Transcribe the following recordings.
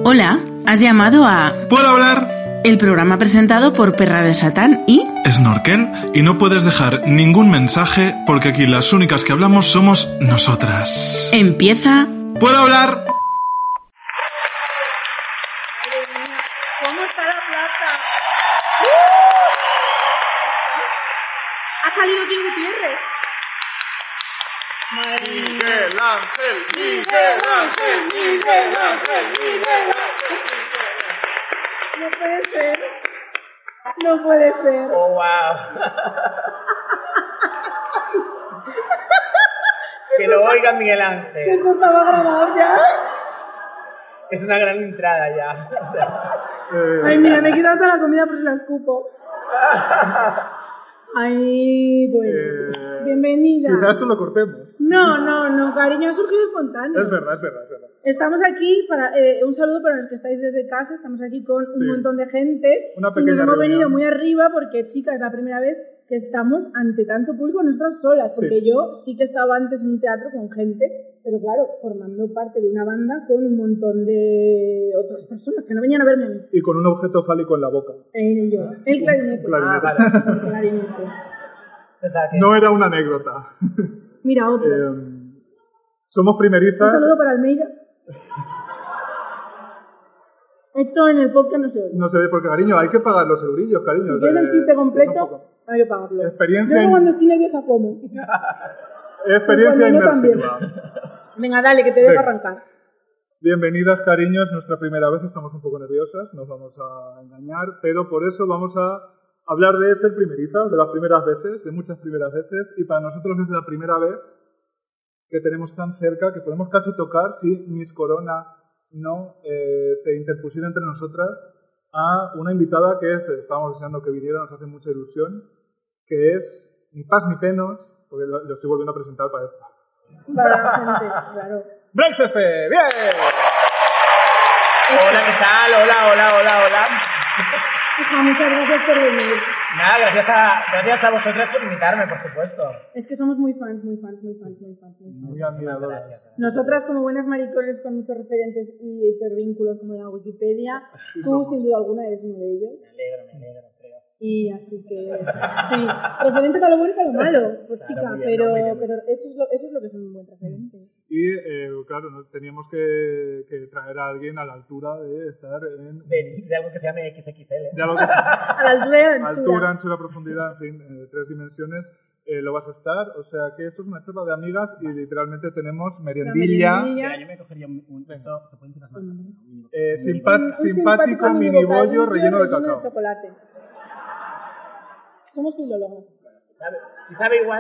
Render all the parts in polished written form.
Hola, has llamado a... ¿Puedo hablar? El programa presentado por Perra de Satán y... Snorkel, y no puedes dejar ningún mensaje porque aquí las únicas que hablamos somos nosotras. Empieza... ¿Puedo hablar? ¿Cómo está la plaza? ¡Ha salido King Gutiérrez! Madre mía. Miguel Ángel, Miguel Ángel, Miguel Ángel, Miguel Ángel. No puede ser. No puede ser. Oh, wow. Que lo oiga Miguel Ángel. Esto estaba grabado ya. Es una gran entrada ya. O sea, Ay, mira, me he quitado toda la comida pero la escupo. Ay, bueno. Bienvenida. Quizás esto lo cortemos. No, cariño, ha surgido espontáneo. Es verdad. Estamos aquí para un saludo para los que estáis desde casa. Estamos aquí con un montón de gente. Una y pequeña nos hemos reunión. venido muy arriba porque, chicas, es la primera vez que estamos ante tanto público nosotras solas. Porque yo sí que estaba antes en un teatro con gente, pero claro, formando parte de una banda con un montón de otras personas que no venían a verme a mí. Y con un objeto fálico en la boca. El clarinete. ah, vale. El clarinete. Pensaba que... No era una anécdota. Mira, otro. Somos Un primerizas. saludo para Almeida. Esto en el podcast no se oye. No se ve porque, cariño, hay que pagar los eurillos, cariño. Si quieres el chiste Es un completo, poco. hay que pagarlo. Experiencia Yo cuando estoy nerviosa como. Experiencia Yo también. inmersiva. Venga, dale, que te dejo Venga. arrancar. Bienvenidas, cariños, nuestra primera vez, estamos un poco nerviosas, nos vamos a engañar, pero por eso vamos a hablar de ser primeriza, de las primeras veces, de muchas primeras veces, y para nosotros es la primera vez que tenemos tan cerca que podemos casi tocar, si Miss Corona no se interpusiera entre nosotras, a una invitada que estábamos deseando que viniera, nos hace mucha ilusión, que es ni paz ni penos, porque lo estoy volviendo a presentar para esto. Para la gente, claro. ¡Bryce F! ¡Bien! Hola, ¿qué tal? Hola. Hija, muchas gracias por venir. Nada, gracias a vosotras por invitarme, por supuesto. Es que somos muy fans. Muy admiradoras. Gracias. Nosotras, como buenas maricones con muchos referentes y hipervínculos como la Wikipedia, Sí, tú, somos. sin duda alguna, eres uno de ellos. Me alegro, creo. Y así que, sí, referente para lo bueno y para lo malo, pues Claro, chica, muy bien, muy bien. pero eso es lo que es un buen referente. Y, claro, teníamos que traer a alguien a la altura de estar en... De algo que se llame XXL. De algo que A la altura y a la anchura. altura, anchura, profundidad, en fin, 3 dimensiones, lo vas a estar. O sea que esto es una charla de amigas y literalmente tenemos meriendilla. Mira, yo me cogería esto, se pueden tirar las manos. Un Simpático mini bollo bocadillo relleno de cacao. chocolate. Somos filólogos. Si sabe igual.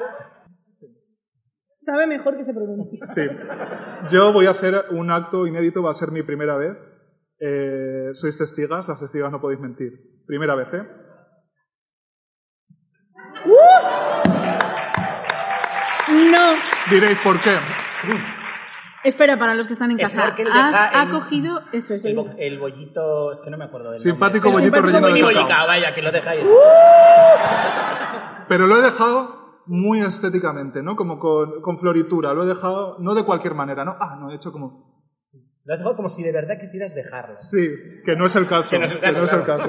Sabe mejor que se pronuncie. Sí. Yo voy a hacer un acto inédito, va a ser mi primera vez. Sois testigas, las testigas no podéis mentir. Primera vez, ¿eh? No. Diréis, ¿por qué? Espera, para los que están en casa. Snorkel deja ¿Has cogido eso? El bollito, es que no me acuerdo del Simpático nombre. bollito relleno de Mini cacao. bollica, vaya, que lo deja ahí. Pero lo he dejado muy estéticamente, ¿no? Como con floritura. Lo he dejado, no de cualquier manera, ¿no? No, he hecho como... Lo has dejado como si de verdad quisieras dejarlo. Sí, que no es el caso. Que no es el caso, claro.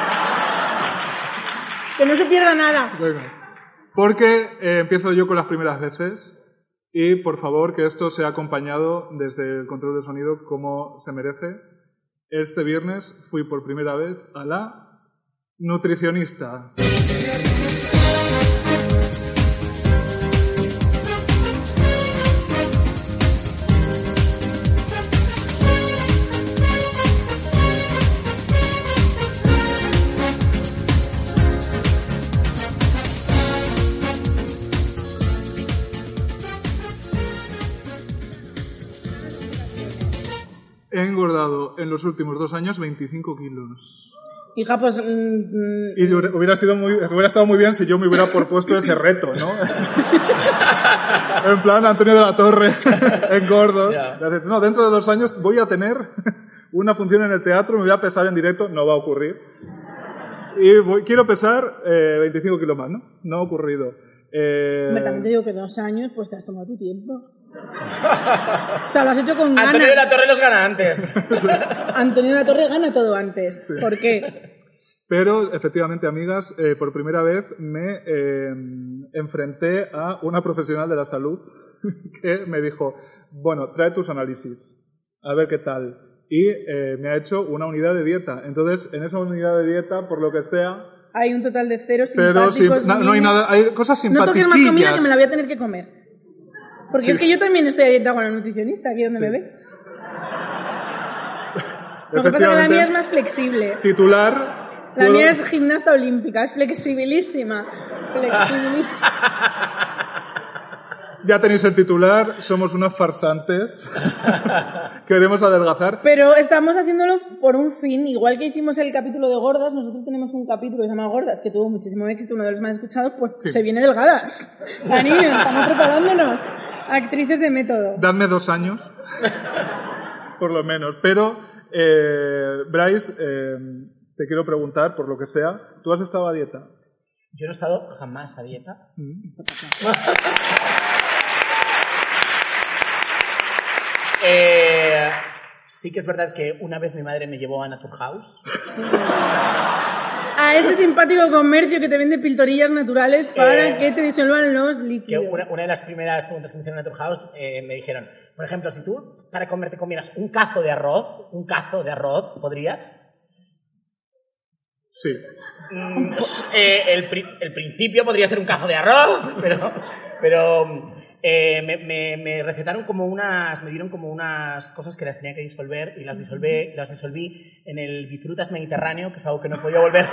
Que no se pierda nada. Venga. Porque empiezo yo con las primeras veces y, por favor, que esto sea acompañado desde el control de sonido como se merece. Este viernes fui por primera vez a la nutricionista. He engordado en los últimos 2 años 25 kilos. Hija, pues... Y hubiera estado muy bien si yo me hubiera propuesto ese reto, ¿no? En plan, Antonio de la Torre, engordo. Ya. No, dentro de 2 años voy a tener una función en el teatro, me voy a pesar en directo, no va a ocurrir. Y quiero pesar 25 kilos más, ¿no? No ha ocurrido. Hombre, también te digo que 2 años, pues te has tomado tu tiempo. O sea, lo has hecho con ganas. Antonio de la Torre los gana antes. Antonio de la Torre gana todo antes. Sí. ¿Por qué? Pero, efectivamente, amigas, por primera vez me enfrenté a una profesional de la salud que me dijo, bueno, trae tus análisis, a ver qué tal. Y me ha hecho una unidad de dieta. Entonces, en esa unidad de dieta, por lo que sea... Hay un total de 0 simpáticos. No hay nada, hay cosas simpatiquillas. No toques más comida que me la voy a tener que comer. Porque es que yo también estoy a dieta con la nutricionista, aquí donde me ves. Lo que pasa es que la mía es más flexible. Titular... La mía es gimnasta olímpica, es flexibilísima. Flexibilísima. Ya tenéis el titular, somos unas farsantes. Queremos adelgazar. Pero estamos haciéndolo por un fin. Igual que hicimos el capítulo de Gordas, nosotros tenemos un capítulo que se llama Gordas, que tuvo muchísimo éxito, uno de los más escuchados, pues sí. Se viene Delgadas. Cariño, estamos preparándonos. Actrices de método. Dadme 2 años. Por lo menos. Pero, Bryce, te quiero preguntar, por lo que sea, ¿tú has estado a dieta? Yo no he estado jamás a dieta. Sí que es verdad que una vez mi madre me llevó a Naturhaus. A ese simpático comercio que te vende piltorillas naturales para que te disuelvan los líquidos. Una de las primeras preguntas que me hicieron en Naturhaus me dijeron, por ejemplo, si tú para comer te comieras un cazo de arroz, ¿podrías? Sí. El principio podría ser un cazo de arroz, pero me recetaron me dieron como unas cosas que las tenía que disolver y las disolví en el Bifrutas Mediterráneo, que es algo que no he podido volver.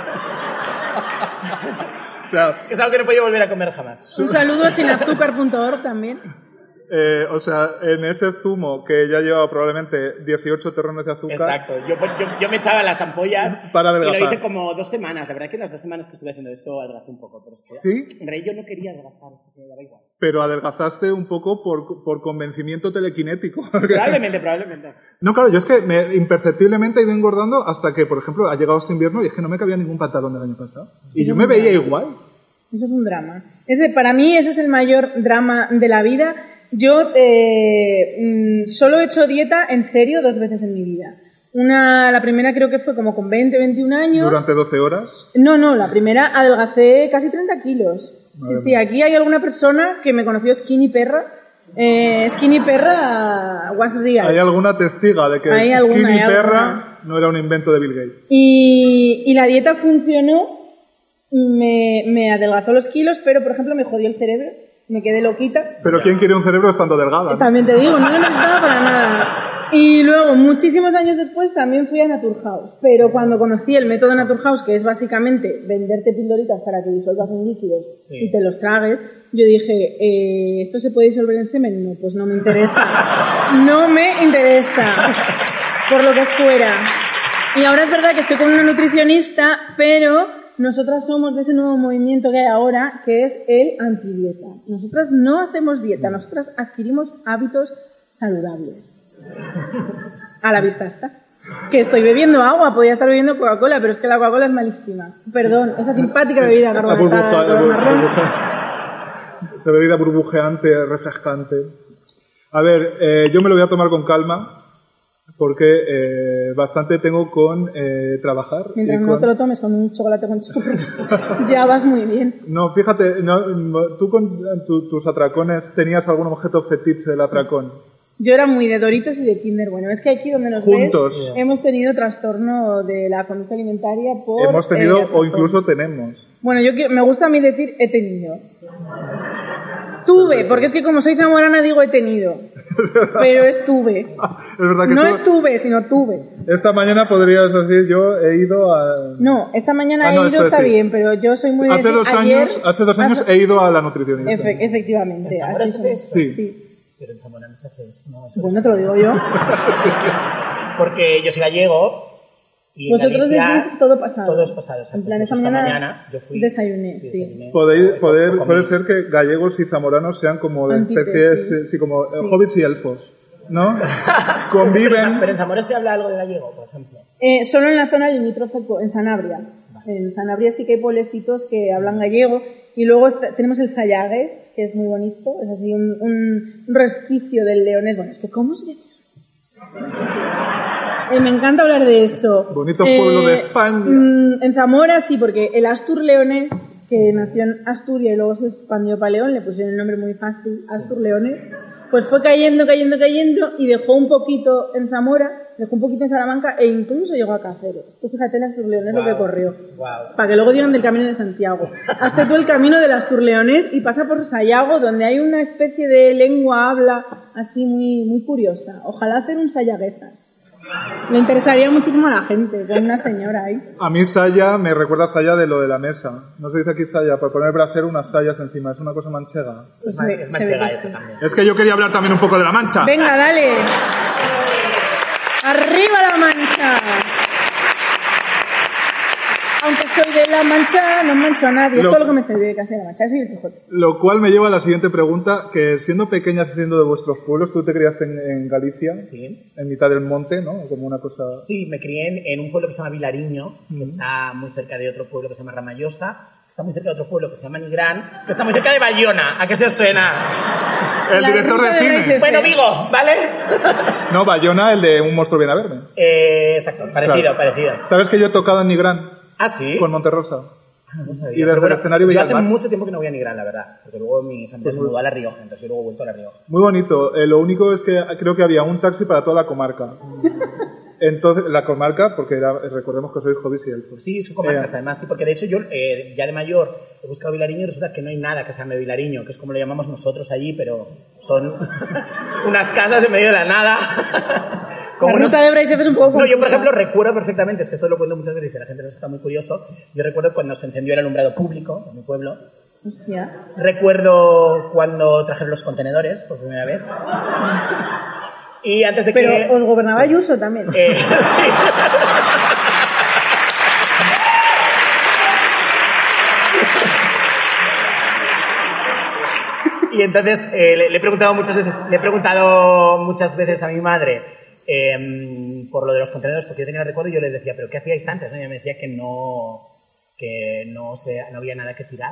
O sea, que es algo que no he podido volver a comer jamás. Un saludo a sinazúcar.org también. O sea, en ese zumo que ya lleva probablemente 18 terrones de azúcar... Exacto. Yo me echaba las ampollas para adelgazar. Y lo hice como 2 semanas. La verdad que las 2 semanas que estuve haciendo eso adelgacé un poco. Pero es que, ¿sí? En realidad yo no quería adelgazar, me daba igual. Pero adelgazaste un poco por convencimiento telequinético. Probablemente. No, claro, yo es que imperceptiblemente he ido engordando hasta que, por ejemplo, ha llegado este invierno y es que no me cabía ningún pantalón del año pasado. Y yo me veía igual. Eso es un drama. Para mí ese es el mayor drama de la vida. Yo solo he hecho dieta en serio 2 veces en mi vida. La primera creo que fue como con 20, 21 años. ¿Durante 12 horas? No, la primera adelgacé casi 30 kilos. Sí, aquí hay alguna persona que me conoció Skinny Perra. Skinny Perra was real. ¿Hay alguna testiga de que Skinny Perra no era un invento de Bill Gates? Y la dieta funcionó, me adelgazó los kilos, pero por ejemplo me jodió el cerebro. Me quedé loquita. Pero ¿quién quiere un cerebro estando delgada, ¿no? También te digo, no lo necesitaba para nada. Y luego, muchísimos años después, también fui a Naturhaus. Pero cuando conocí el método Naturhaus, que es básicamente venderte pildoritas para que disuelvas en líquidos y te los tragues, yo dije, ¿esto se puede disolver en semen? No, pues no me interesa. No me interesa. Por lo que fuera. Y ahora es verdad que estoy con una nutricionista, pero... Nosotras somos de ese nuevo movimiento que hay ahora, que es el antidieta. Nosotras no hacemos dieta, nosotras adquirimos hábitos saludables. A la vista está. Que estoy bebiendo agua, podría estar bebiendo Coca-Cola, pero es que la Coca-Cola es malísima. Perdón, esa simpática bebida carbonatada de color marrón. Esa bebida burbujeante, refrescante. A ver, yo me lo voy a tomar con calma. Porque bastante tengo con trabajar. Mientras no te lo tomes con un chocolate con churros, ya vas muy bien. No, fíjate, tú con tus atracones tenías algún objeto fetiche del atracón. Yo era muy de Doritos y de Kinder Bueno. Es que aquí donde nos juntos ves hemos tenido trastorno de la conducta alimentaria por... Hemos tenido o incluso tenemos. Bueno, me gusta a mí decir he tenido. Tuve, porque es que como soy zamorana digo he tenido. Pero es tuve. Es verdad que no estuve, sino tuve. Esta mañana podrías decir yo he ido a... No, esta mañana he ido está bien, pero yo soy muy... Hace dos años he ido a la nutricionista. Efectivamente, así sí. Pero en Zamora no se hace eso. Bueno, te lo digo yo. Sí. Porque yo soy gallego y vosotros decís todo pasado. Todo es pasado. En plan, esta mañana yo fui, desayuné, sí. Puede ser que gallegos y zamoranos sean como de especies, sí, como hobbits y elfos, ¿no? Conviven. Pero en Zamora se habla algo de gallego, por ejemplo. Solo en la zona limítrofe, en Sanabria. Vale. En Sanabria sí que hay pueblecitos que hablan gallego Y luego tenemos el Sayagues, que es muy bonito, es así un resquicio del leonés. Bueno, es que ¿cómo se llama? Me encanta hablar de eso. Bonito pueblo de España. En Zamora sí, porque el Astur leonés, que nació en Asturias y luego se expandió para León, le pusieron el nombre muy fácil, Astur leonés, pues fue cayendo y dejó un poquito en Zamora, dejó un poquito en Salamanca e incluso llegó a Cáceres. Tú fíjate el Astur leonés lo que corrió. Para que luego digan del Camino de Santiago. Hace todo el camino del Astur leonés y pasa por Sayago, donde hay una especie de lengua, habla así muy curiosa. Ojalá hacer un sayaguesas. Le interesaría muchísimo a la gente, con una señora ahí. A mí saya me recuerda a saya de lo de la mesa. No se dice aquí saya, por poner brasero unas sayas encima. Es una cosa manchega. Es manchega eso también. Es que yo quería hablar también un poco de la Mancha. Venga, dale. ¡Arriba la Mancha! Aunque soy de la Mancha, no mancho a nadie. Es todo lo que me sé de que hace la Mancha. Soy el Quijote. Lo cual me lleva a la siguiente pregunta, que siendo pequeñas y siendo de vuestros pueblos, tú te criaste en Galicia, sí, en mitad del monte, ¿no? Como una cosa... Sí, me crié en un pueblo que se llama Vilariño, que está muy cerca de otro pueblo que se llama Ramallosa, está muy cerca de otro pueblo que se llama Nigrán, que está muy cerca de Bayona. ¿A qué se os suena? El director de cine. Bueno, Vigo, ¿vale? No, Bayona, el de Un monstruo viene a verme. Exacto, parecido. ¿Sabes que yo he tocado en Nigrán? ¿Ah, sí? Con Monterrosa. No sabía. Y desde el escenario yo veía hace el mar. mucho tiempo que no voy a Nigrán, la verdad, porque luego mi familia se mudó a La Rioja, entonces yo luego he vuelto a La Rioja. Muy bonito. Lo único es que creo que había un taxi para toda la comarca. Entonces, la comarca, porque recordemos que sois hobbies y elfos. Sí, son comarcas además, sí, porque de hecho yo ya de mayor he buscado Vilariño y resulta que no hay nada que se llame Vilariño, que es como lo llamamos nosotros allí, pero son unas casas en medio de la nada. Como la ruta de Bryce es un poco... No, yo por ejemplo recuerdo perfectamente, es que esto lo cuento muchas veces y la gente nos está muy curioso, yo recuerdo cuando se encendió el alumbrado público en mi pueblo. Hostia. Recuerdo cuando trajeron los contenedores por primera vez. Y antes de Pero que... os gobernaba Ayuso también. Sí. Y entonces le he preguntado muchas veces a mi madre por lo de los contenedores, porque yo tenía el recuerdo y yo le decía, ¿pero qué hacíais antes? ¿No? Y ella me decía que no había nada que tirar.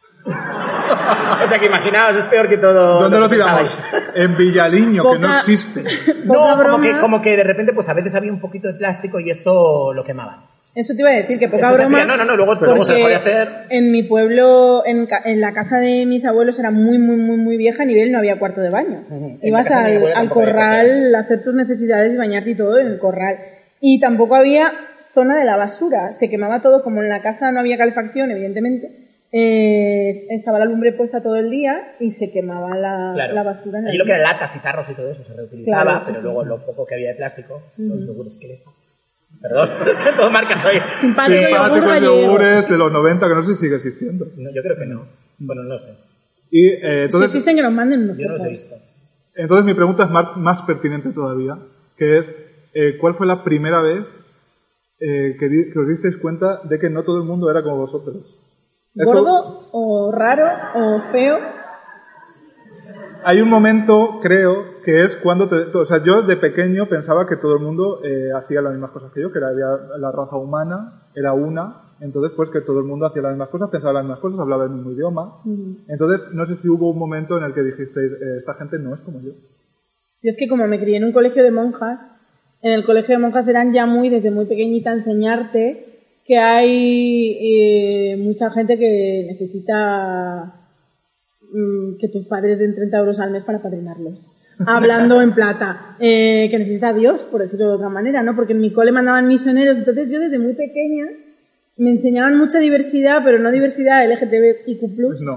O sea que imaginaos, es peor que todo. ¿Dónde lo tiramos? tiramos? En Villaliño, que no existe. No, como que de repente pues a veces había un poquito de plástico y eso lo quemaban. Eso te iba a decir, que poca broma. Luego se dejó de hacer. En mi pueblo, en la casa de mis abuelos era muy vieja, a nivel no había cuarto de baño. Ibas al corral a hacer tus necesidades y bañarte y todo en el corral. Y tampoco había zona de la basura, se quemaba todo, como en la casa no había calefacción, evidentemente. Estaba la lumbre puesta todo el día y se quemaba la basura en el... Allí lo que eran latas y tarros y todo eso se reutilizaba, claro, pero luego lo poco que había de plástico, los yogures que les... Perdón, es que todo marcas hoy. Simpáticos yogures de los 90, que no sé si sigue existiendo. No, yo creo que no. Bueno, no sé. Y, entonces, si existen, que nos manden unos. Yo no los he visto. Entonces mi pregunta es más pertinente todavía, que es, ¿cuál fue la primera vez que os disteis cuenta de que no todo el mundo era como vosotros? ¿Gordo o raro o feo? Hay un momento, creo, que es cuando... o sea, yo de pequeño pensaba que todo el mundo hacía las mismas cosas que yo, que la raza humana era una, entonces pues que todo el mundo hacía las mismas cosas, pensaba las mismas cosas, hablaba el mismo idioma. Entonces, no sé si hubo un momento en el que dijisteis, esta gente no es como yo. Yo es que como me crié en un colegio de monjas, en el colegio de monjas eran ya desde muy pequeñita enseñarte que hay mucha gente que necesita que tus padres den 30 euros al mes para padrinarlos. Hablando en plata. Que necesita a Dios, por decirlo de otra manera, ¿no? Porque en mi cole mandaban misioneros, entonces yo desde muy pequeña me enseñaban mucha diversidad, pero no diversidad LGTBIQ+, no,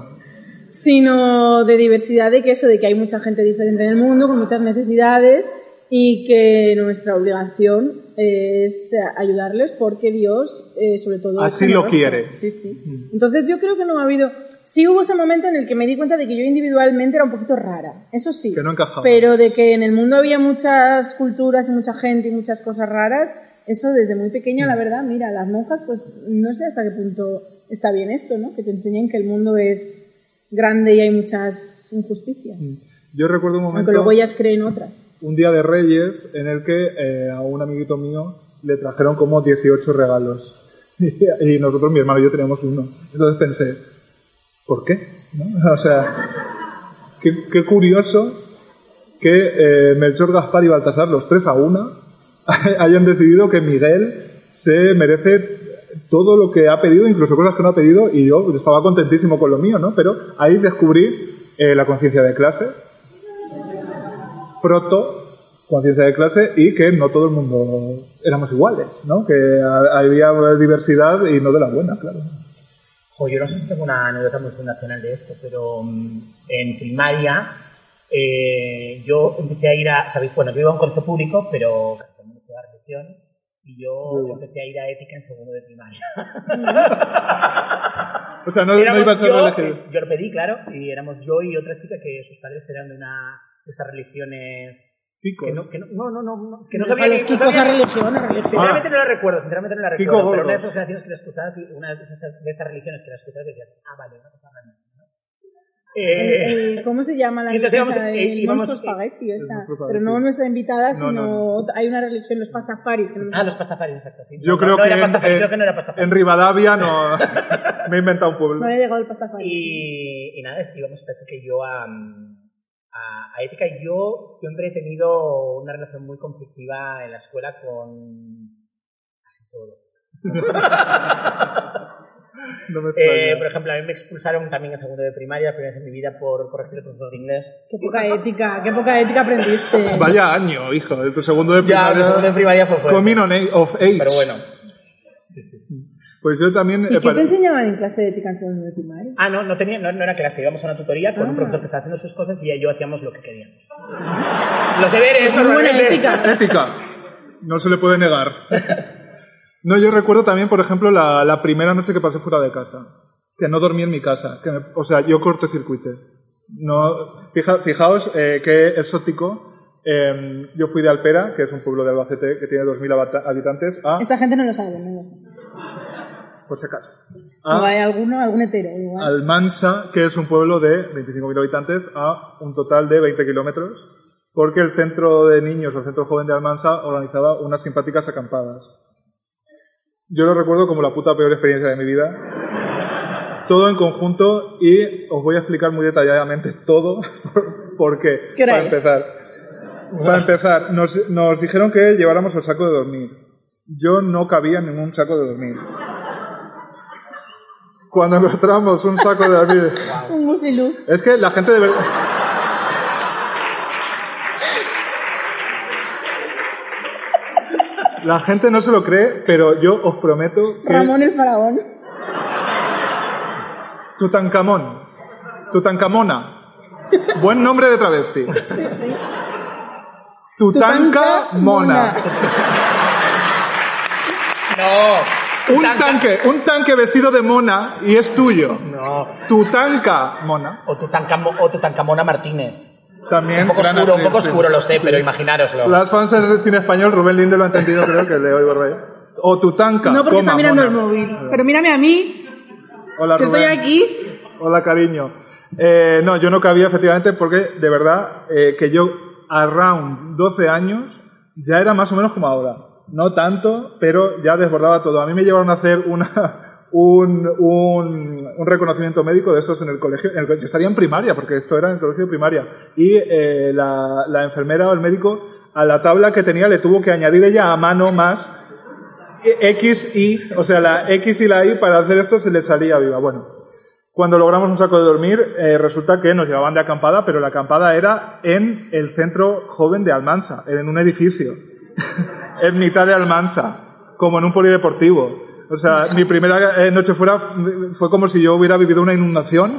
sino de diversidad de que hay mucha gente diferente en el mundo, con muchas necesidades, y que nuestra obligación es ayudarles porque Dios, sobre todo... Así lo quiere. Sí, sí. Entonces yo creo que no ha habido... Sí hubo ese momento en el que me di cuenta de que yo individualmente era un poquito rara, eso sí. Que no encajaba. Pero de que en el mundo había muchas culturas y mucha gente y muchas cosas raras, eso desde muy pequeña, la verdad, mira, las monjas, pues no sé hasta qué punto está bien esto, ¿no? Que te enseñen que el mundo es grande y hay muchas injusticias. Yo recuerdo un momento... Aunque luego ellas creen otras. Un día de Reyes en el que a un amiguito mío le trajeron como 18 regalos. Y nosotros, mi hermano y yo, teníamos uno. Entonces pensé, ¿por qué? ¿No? O sea, qué curioso que Melchor, Gaspar y Baltasar, los tres a una, hayan decidido que Miguel se merece todo lo que ha pedido, incluso cosas que no ha pedido, y yo estaba contentísimo con lo mío, ¿no? Pero ahí descubrí la conciencia de clase, conciencia de clase, y que no todo el mundo éramos iguales, ¿no? Que había diversidad y no de la buena, claro. Yo no sé si tengo una anécdota muy fundacional de esto, pero en primaria yo empecé a ir a, ¿sabéis? Bueno, yo iba a un colegio público, pero también fui a religión, y yo empecé a ir a ética en segundo de primaria. O sea, no iba a ser religión. Yo lo pedí, claro, y éramos yo y otra chica que sus padres eran de estas religiones... Picos. No, es que no sabía ni... religión. Sinceramente no la recuerdo, Pico pero una de estas relaciones que la escuchabas, y una de estas religiones que la escuchabas, decías, vale, una cosa grande. ¿Cómo se llama la religión? Íbamos Spaghetti, esa. Pero no nuestra invitada, sino hay una religión, los pastafaris. Los pastafaris, exacto. Sí. Yo creo que no era pastafari. En Rivadavia no me he inventado un pueblo. No había llegado el pastafari. Y nada, íbamos esta chica y yo a ética, y yo siempre he tenido una relación muy conflictiva en la escuela con casi todo. No me extraña. Por ejemplo, a mí me expulsaron también en segundo de primaria, la primera vez en mi vida, por corregir el profesor de inglés. Qué poca ética aprendiste. Vaya año, hijo, de tu segundo de primaria. Ya, mi segundo de primaria fue fuerte. Coming of age. Pero bueno. Sí. Pues yo también... ¿Y qué te enseñaban en clase de ética en segundo de primaria? No era clase, íbamos a una tutoría con un profesor que estaba haciendo sus cosas y ella y yo hacíamos lo que queríamos. Los deberes, muy buena normalmente. Ética. No se le puede negar. No, yo recuerdo también, por ejemplo, la primera noche que pasé fuera de casa. Que no dormí en mi casa. O sea, yo cortocircuité. No, fijaos qué exótico. Yo fui de Alpera, que es un pueblo de Albacete que tiene 2.000 habitantes, a... Esta gente no lo sabe, Por si acaso. ¿O hay algún hetero? Igual. Almansa, que es un pueblo de 25.000 habitantes, a un total de 20 kilómetros, porque el centro de niños o el centro joven de Almansa organizaba unas simpáticas acampadas. Yo lo recuerdo como la puta peor experiencia de mi vida. Todo en conjunto, y os voy a explicar muy detalladamente todo, por qué. Para empezar, nos dijeron que lleváramos el saco de dormir. Yo no cabía en ningún saco de dormir. Cuando encontramos un saco de dormir... Un musilú. Es que la gente de verdad... La gente no se lo cree, pero yo os prometo que... Ramón el faraón. Tutankamona. Buen nombre de travesti. Sí. Tutankamona. No. Un tanque vestido de mona y es tuyo. No. Tutankamona. O Tutankamona Martínez. También. Un poco oscuro, lo sé, pero imaginároslo. Las fans del cine español, Rubén Linde lo ha entendido, creo que le oigo rey. O Tutanka. No, porque está mirando el móvil. Pero mírame a mí. Hola, que Rubén. Estoy aquí. Hola, cariño. No, yo no cabía, efectivamente, porque de verdad que yo, around 12 años, ya era más o menos como ahora. No tanto, pero ya desbordaba todo. A mí me llevaron a hacer un reconocimiento médico de estos en el colegio. Yo estaría en primaria, porque esto era en el colegio de primaria. Y la enfermera o el médico, a la tabla que tenía, le tuvo que añadir ella a mano más X, Y. O sea, la X y la Y, para hacer esto se le salía viva. Bueno, cuando logramos un saco de dormir, resulta que nos llevaban de acampada, pero la acampada era en el centro joven de Almansa, en un edificio. En mitad de Almansa, como en un polideportivo. O sea, mi primera noche fuera fue como si yo hubiera vivido una inundación.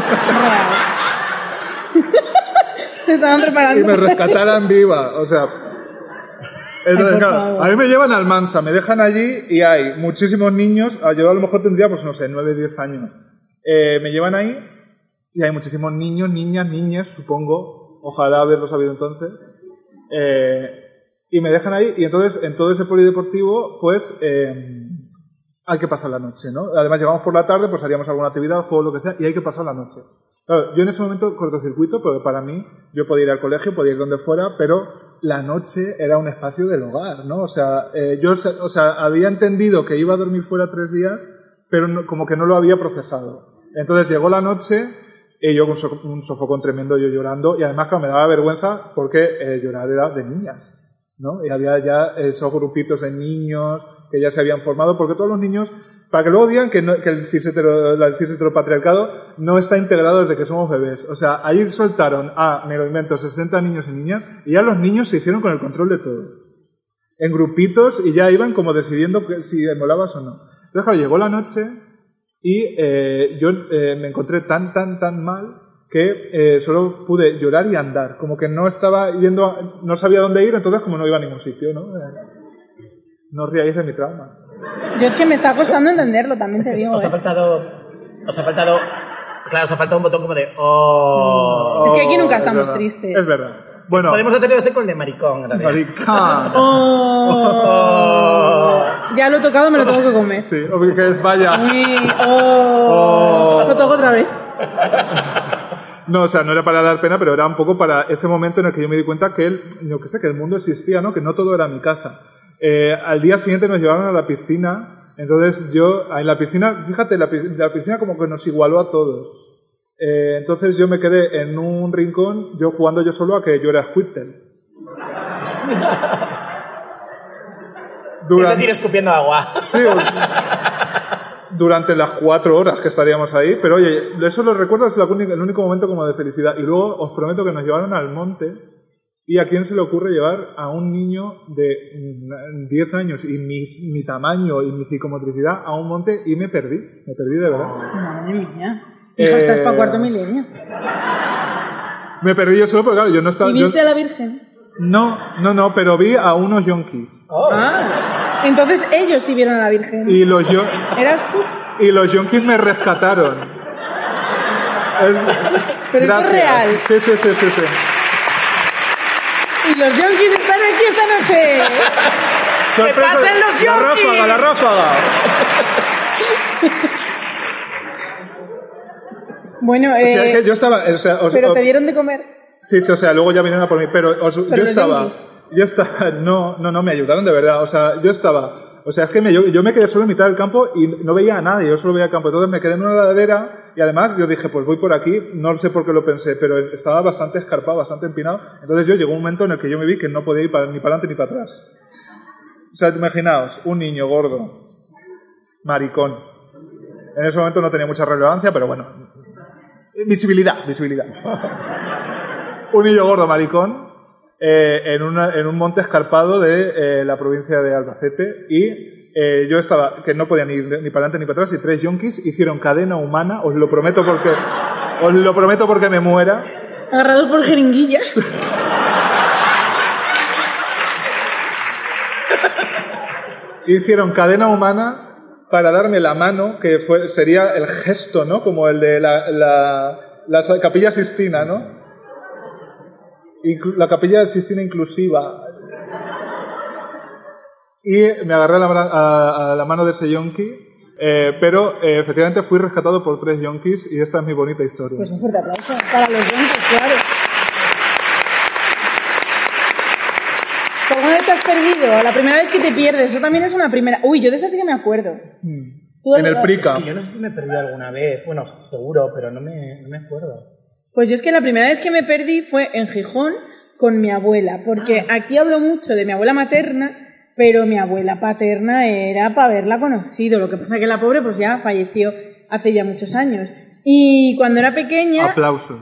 Te estaban preparando. Y me rescataran viva. O sea, entonces, claro, a mí me llevan a Almansa, me dejan allí y hay muchísimos niños. Yo a lo mejor tendría, pues no sé, 9, 10 años. Me llevan ahí y hay muchísimos niños, niñas, supongo. Ojalá haberlo sabido entonces. Y me dejan ahí, y entonces en todo ese polideportivo, pues hay que pasar la noche, ¿no? Además llegamos por la tarde, pues haríamos alguna actividad, juego, lo que sea, y hay que pasar la noche. Claro, yo en ese momento cortocircuito, porque para mí, yo podía ir al colegio, podía ir donde fuera, pero la noche era un espacio del hogar, ¿no? O sea, yo había entendido que iba a dormir fuera 3 días, pero no, como que no lo había procesado. Entonces llegó la noche y yo con un sofocón tremendo, yo llorando, y además que me daba vergüenza porque llorar era de niñas, ¿no? Y había ya esos grupitos de niños que ya se habían formado, porque todos los niños, para que luego digan que el cis heteropatriarcado no está integrado desde que somos bebés. O sea, ahí soltaron me lo invento, 60 niños y niñas, y ya los niños se hicieron con el control de todo. En grupitos, y ya iban como decidiendo si molabas o no. Entonces, claro, llegó la noche y yo me encontré tan mal que solo pude llorar y andar. Como que no estaba yendo, no sabía dónde ir, entonces como no iba a ningún sitio, ¿no? No os riáis de mi trauma. Yo es que me está costando entenderlo, también te digo. Os ha faltado un botón como de Es que aquí nunca estamos tristes. Es verdad. Bueno, podemos hacerlo así con el de maricón. En realidad. maricón. Ya lo he tocado, me lo tengo que comer. Sí, que vaya. Lo toco otra vez. No, o sea, no era para dar pena, pero era un poco para ese momento en el que yo me di cuenta que que el mundo existía, ¿no? Que no todo era mi casa. Al día siguiente nos llevaron a la piscina, entonces yo, en la piscina, fíjate, la piscina como que nos igualó a todos. Entonces yo me quedé en un rincón, yo jugando yo solo a que yo era Squirtle. Es decir, escupiendo agua. Sí, durante las 4 horas que estaríamos ahí, pero oye, eso lo recuerdo, es el único momento como de felicidad. Y luego os prometo que nos llevaron al monte. ¿Y a quién se le ocurre llevar a un niño de 10 años y mi tamaño y mi psicomotricidad a un monte? Y me perdí de verdad. Madre mía. Hija, estás para cuarto milenio. Me perdí yo solo porque, claro, yo no estaba... ¿Y viste a la Virgen? No, pero vi a unos yonkis. Entonces ellos sí vieron a la Virgen. ¿Eras tú? Y los yonkis me rescataron. Pero esto es real. Sí. Y los yonkis están aquí esta noche. ¡Que pasen los yonkis! ¡La ráfaga! Bueno, es que yo estaba... ¿pero te dieron de comer? Sí, o sea, luego ya vinieron a por mí, pero yo estaba... No, me ayudaron de verdad, o sea, yo estaba... O sea, es que yo me quedé solo en mitad del campo y no veía a nadie, yo solo veía el campo. Entonces me quedé en una ladera y además yo dije, pues voy por aquí, no sé por qué lo pensé, pero estaba bastante escarpado, bastante empinado. Entonces llegó un momento en el que yo me vi que no podía ir ni para adelante ni para atrás. O sea, imaginaos, un niño gordo, maricón. En ese momento no tenía mucha relevancia, pero bueno. Visibilidad. Un niño gordo, maricón. En un monte escarpado de la provincia de Albacete y yo estaba, que no podía ni para adelante ni para atrás, y 3 yonkis hicieron cadena humana, os lo prometo porque me muera. Agarrados por jeringuillas. Hicieron cadena humana para darme la mano, que sería el gesto, ¿no? Como el de la Capilla Sistina, ¿no? La Capilla Sistina inclusiva. Y me agarré a la mano de ese yonki, pero efectivamente fui rescatado por 3 yonkis y esta es mi bonita historia. Pues un fuerte aplauso para los yonkis, claro. ¿Cómo te has perdido? La primera vez que te pierdes, eso también es una primera... Uy, yo de esa sí que me acuerdo. En el Prica. Es que yo no sé si me perdí alguna vez, bueno, seguro, pero no me acuerdo. Pues yo es que la primera vez que me perdí fue en Gijón con mi abuela, porque aquí hablo mucho de mi abuela materna, pero mi abuela paterna era para haberla conocido. Lo que pasa es que la pobre pues ya falleció hace ya muchos años. Y cuando era pequeña... Aplausos.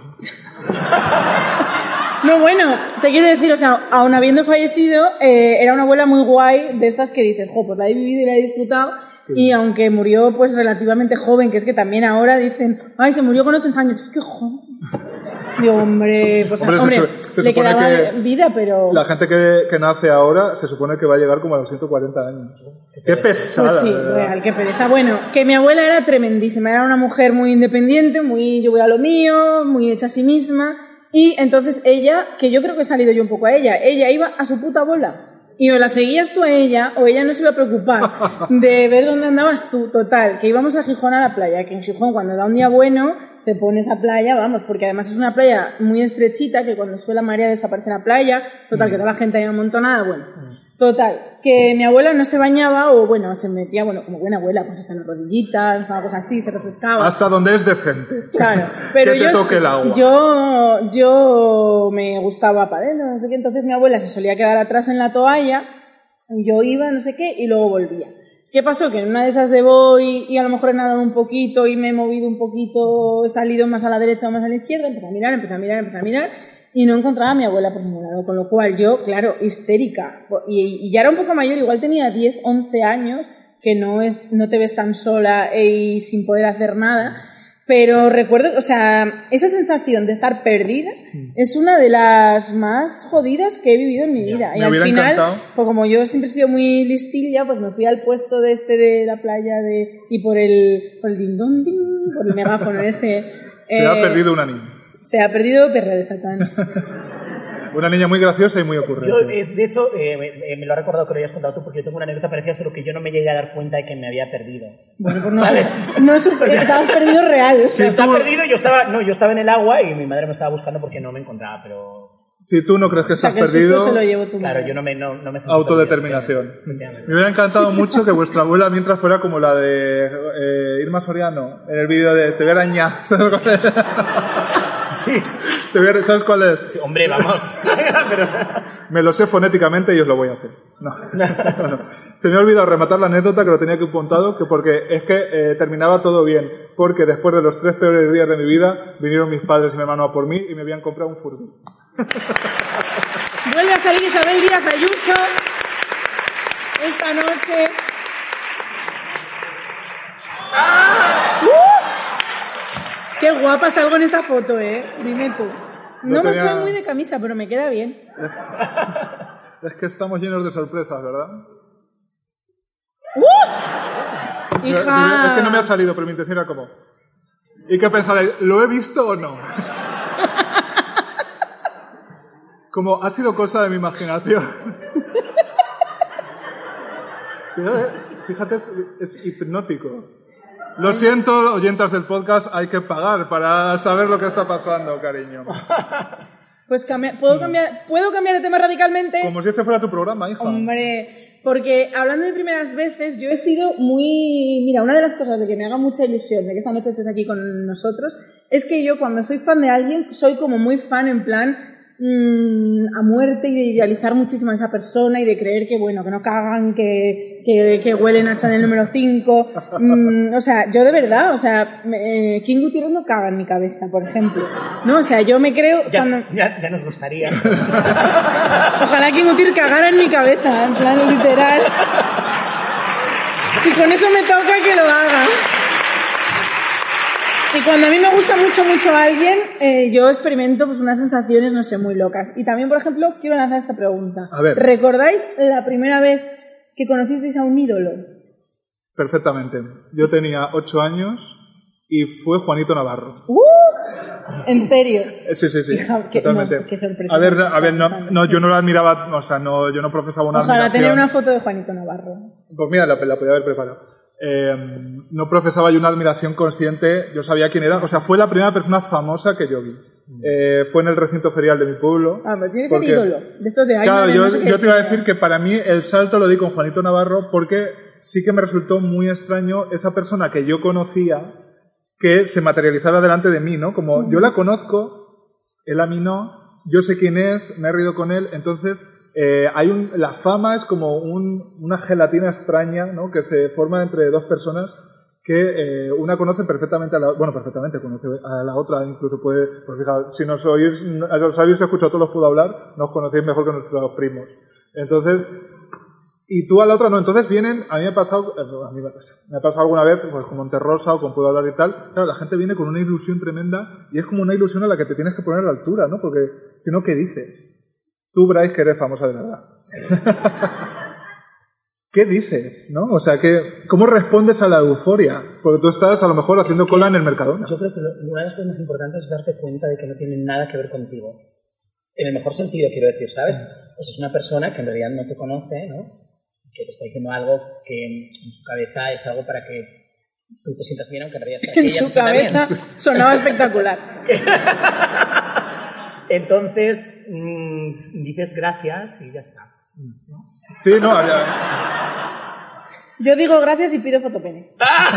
No, bueno, te quiero decir, o sea, aun habiendo fallecido, era una abuela muy guay, de estas que dices, pues la he vivido y la he disfrutado. Y aunque murió pues relativamente joven, que es que también ahora dicen, ay, se murió con 80 años, qué joven. Digo, hombre, pues se le quedaba vida, pero... La gente que nace ahora se supone que va a llegar como a los 140 años. ¡Qué pesada! Pues sí, real, qué pereza. Bueno, que mi abuela era tremendísima, era una mujer muy independiente, muy yo voy a lo mío, muy hecha a sí misma, y entonces ella, que yo creo que he salido yo un poco a ella iba a su puta bola. Y o la seguías tú a ella, o ella no se iba a preocupar de ver dónde andabas tú. Total, que íbamos a Gijón a la playa, que en Gijón cuando da un día bueno, se pone esa playa, vamos, porque además es una playa muy estrechita, que cuando sube la marea desaparece la playa, total, que toda la gente ahí amontonada, bueno. Total, que mi abuela no se bañaba o, bueno, se metía, bueno, como buena abuela, pues hasta en las rodillitas, una cosa así, se refrescaba. Hasta donde es decente. Claro, pero que te toque el agua. Yo me gustaba para adentro, no sé qué, entonces mi abuela se solía quedar atrás en la toalla, y yo iba, no sé qué, y luego volvía. ¿Qué pasó? Que en una de esas de voy y a lo mejor he nadado un poquito y me he movido un poquito, he salido más a la derecha o más a la izquierda, empecé a mirar, y no encontraba a mi abuela por ningún lado, con lo cual yo, claro, histérica, y ya era un poco mayor, igual tenía 10, 11 años, que no te ves tan sola y sin poder hacer nada, pero recuerdo, o sea, esa sensación de estar perdida es una de las más jodidas que he vivido en mi vida. Y al final, pues como yo siempre he sido muy listilla, pues me fui al puesto de la playa y por el ding dong ding, por el megáfono ese. Se ha perdido una niña. Se ha perdido Perra de Satán. Una niña muy graciosa y muy ocurrente. Yo, de hecho, me lo ha recordado que lo hayas contado tú, porque yo tengo una anécdota parecida, solo que yo no me llegué a dar cuenta de que me había perdido. Bueno, pues no, ¿sabes? No es estabas perdido real. Sí, estaba perdido, yo estaba en el agua y mi madre me estaba buscando porque no me encontraba, pero... Si tú no crees que estás que el perdido... se lo llevo tú. Claro, yo no me sentí autodeterminación. Me hubiera encantado mucho que vuestra abuela mientras fuera como la de Irma Soriano, en el vídeo de Te voy a arañar. ¿Sabes cuál es? Sí. ¿Sabes cuál es? Sí, hombre, vamos. Pero... Me lo sé fonéticamente y os lo voy a hacer. No. Se me ha olvidado rematar la anécdota que lo tenía que apuntado, porque es que terminaba todo bien, porque después de los 3 peores días de mi vida vinieron mis padres y mi hermano a por mí y me habían comprado un Furby. Vuelve a salir Isabel Díaz Ayuso esta noche. Qué guapa salgo en esta foto, dime tú. No me soy muy de camisa, pero me queda bien. Es que estamos llenos de sorpresas, ¿verdad? Hija. Es que no me ha salido, pero mi intención era como... ¿Y qué pensaréis? ¿Lo he visto o no? Como ha sido cosa de mi imaginación. Fíjate, es hipnótico. Lo siento, oyentas del podcast, hay que pagar para saber lo que está pasando, cariño. Pues ¿puedo cambiar de tema radicalmente? Como si este fuera tu programa, hija. Hombre, porque hablando de primeras veces, yo he sido muy... Mira, una de las cosas de que me haga mucha ilusión de que esta noche estés aquí con nosotros es que yo cuando soy fan de alguien soy como muy fan en plan... a muerte y de idealizar muchísimo a esa persona y de creer que bueno, que no cagan, que huelen a Chanel número 5, o sea, yo de verdad, o sea, King Gutiérrez no caga en mi cabeza, por ejemplo, ¿no? O sea, yo me creo... Ya nos gustaría. Ojalá King Gutiérrez cagara en mi cabeza, en plan literal. Si con eso me toca, que lo haga. Y cuando a mí me gusta mucho a alguien, yo experimento pues unas sensaciones, no sé, muy locas. Y también, por ejemplo, quiero lanzar esta pregunta. A ver. ¿Recordáis la primera vez que conocisteis a un ídolo? Perfectamente. Yo tenía 8 años y fue Juanito Navarro. ¿En serio? Sí. Hija, totalmente. Qué sorpresa. A ver, no, yo no la admiraba, o sea, yo no profesaba una Ojalá admiración. tener una foto de Juanito Navarro. Pues mira, la podía haber preparado. No profesaba yo una admiración consciente, yo sabía quién era, o sea, fue la primera persona famosa que yo vi. Fue en el recinto ferial de mi pueblo. Pero tienes un ídolo, de estos de Claro, yo te iba a decir que para mí el salto lo di con Juanito Navarro porque sí que me resultó muy extraño esa persona que yo conocía que se materializaba delante de mí, ¿no? Como yo la conozco, él a mí no, yo sé quién es, me he reído con él, entonces... la fama es como una gelatina extraña, ¿no? Que se forma entre dos personas que una conoce perfectamente perfectamente conoce a la otra, incluso puede, pues fijaos, si os habéis escuchado todos los puedo hablar, nos conocéis mejor que nuestros primos. Entonces, y tú a la otra no, entonces vienen, a mí me ha pasado alguna vez, pues con Monterrosa o con Puedo Hablar y tal, claro, la gente viene con una ilusión tremenda y es como una ilusión a la que te tienes que poner a la altura, ¿no? Porque si no, ¿qué dices? Tú, Bryce, que eres famosa de verdad. ¿Qué dices? ¿No? O sea, ¿cómo respondes a la euforia? Porque tú estás a lo mejor haciendo cola en el Mercadona. Yo creo que una de las cosas más importantes es darte cuenta de que no tiene nada que ver contigo. En el mejor sentido, quiero decir, ¿sabes? Pues es una persona que en realidad no te conoce, ¿no? Que te está diciendo algo que en su cabeza es algo para que tú te sientas bien, aunque en realidad está en su cabeza sonaba espectacular. Entonces, dices gracias y ya está, ¿no? Sí, no, había... Yo digo gracias y pido fotopene.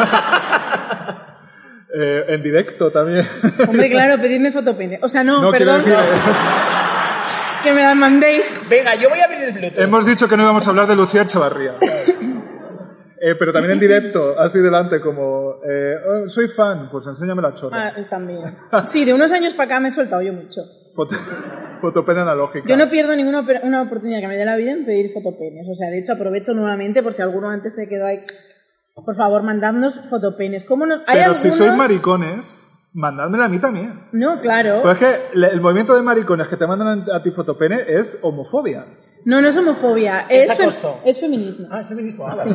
En directo también. Hombre, claro, pedidme fotopene. O sea, no perdón. quiero decir, Que me las mandéis. Venga, yo voy a abrir el Bluetooth. hemos dicho que no íbamos a hablar de Lucía Echevarría. Pero también en directo, así delante, como... soy fan, pues enséñame la chorra. También. Sí, de unos años para acá me he soltado yo mucho. Fotopene analógica. Yo no pierdo ninguna una oportunidad que me dé la vida en pedir fotopenes. O sea, de hecho, aprovecho nuevamente por si alguno antes se quedó ahí. Por favor, mandadnos fotopenes. ¿Cómo no? Pero algunos... si sois maricones, mandádmela a mí también. No, claro. Pues es que el movimiento de maricones que te mandan a ti fotopene es homofobia. No, no es homofobia. Es acoso. Es feminismo. Ah, es feminismo. Sí.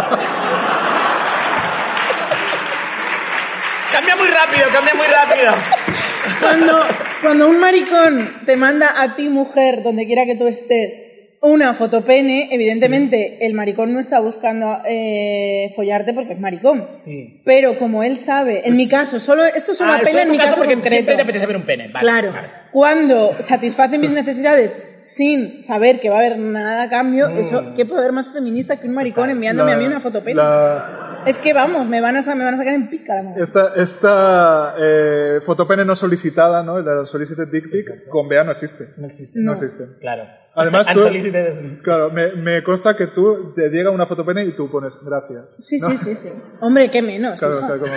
Cambia muy rápido. Cuando un maricón te manda a ti, mujer, donde quiera que tú estés, una fotopene, evidentemente el maricón no está buscando follarte porque es maricón. Sí. Pero como él sabe, en mi caso, esto solo apela en mi caso porque concreto. siempre te apetece ver un pene. Vale, claro. Vale. Cuando satisface mis necesidades sin saber que va a haber nada a cambio, eso, ¿qué poder más feminista que un maricón enviándome a mí una fotopene? Es que vamos, me van a sacar en pica. Esta fotopene no solicitada, ¿no? La solicited dick pic, con BA no existe. No existe. No existe. Claro. Además, Unsolicited es... Claro, me consta que tú te llega una fotopene y tú pones gracias. Sí, ¿no? sí. Hombre, qué menos. Claro, hijo. o sea, como...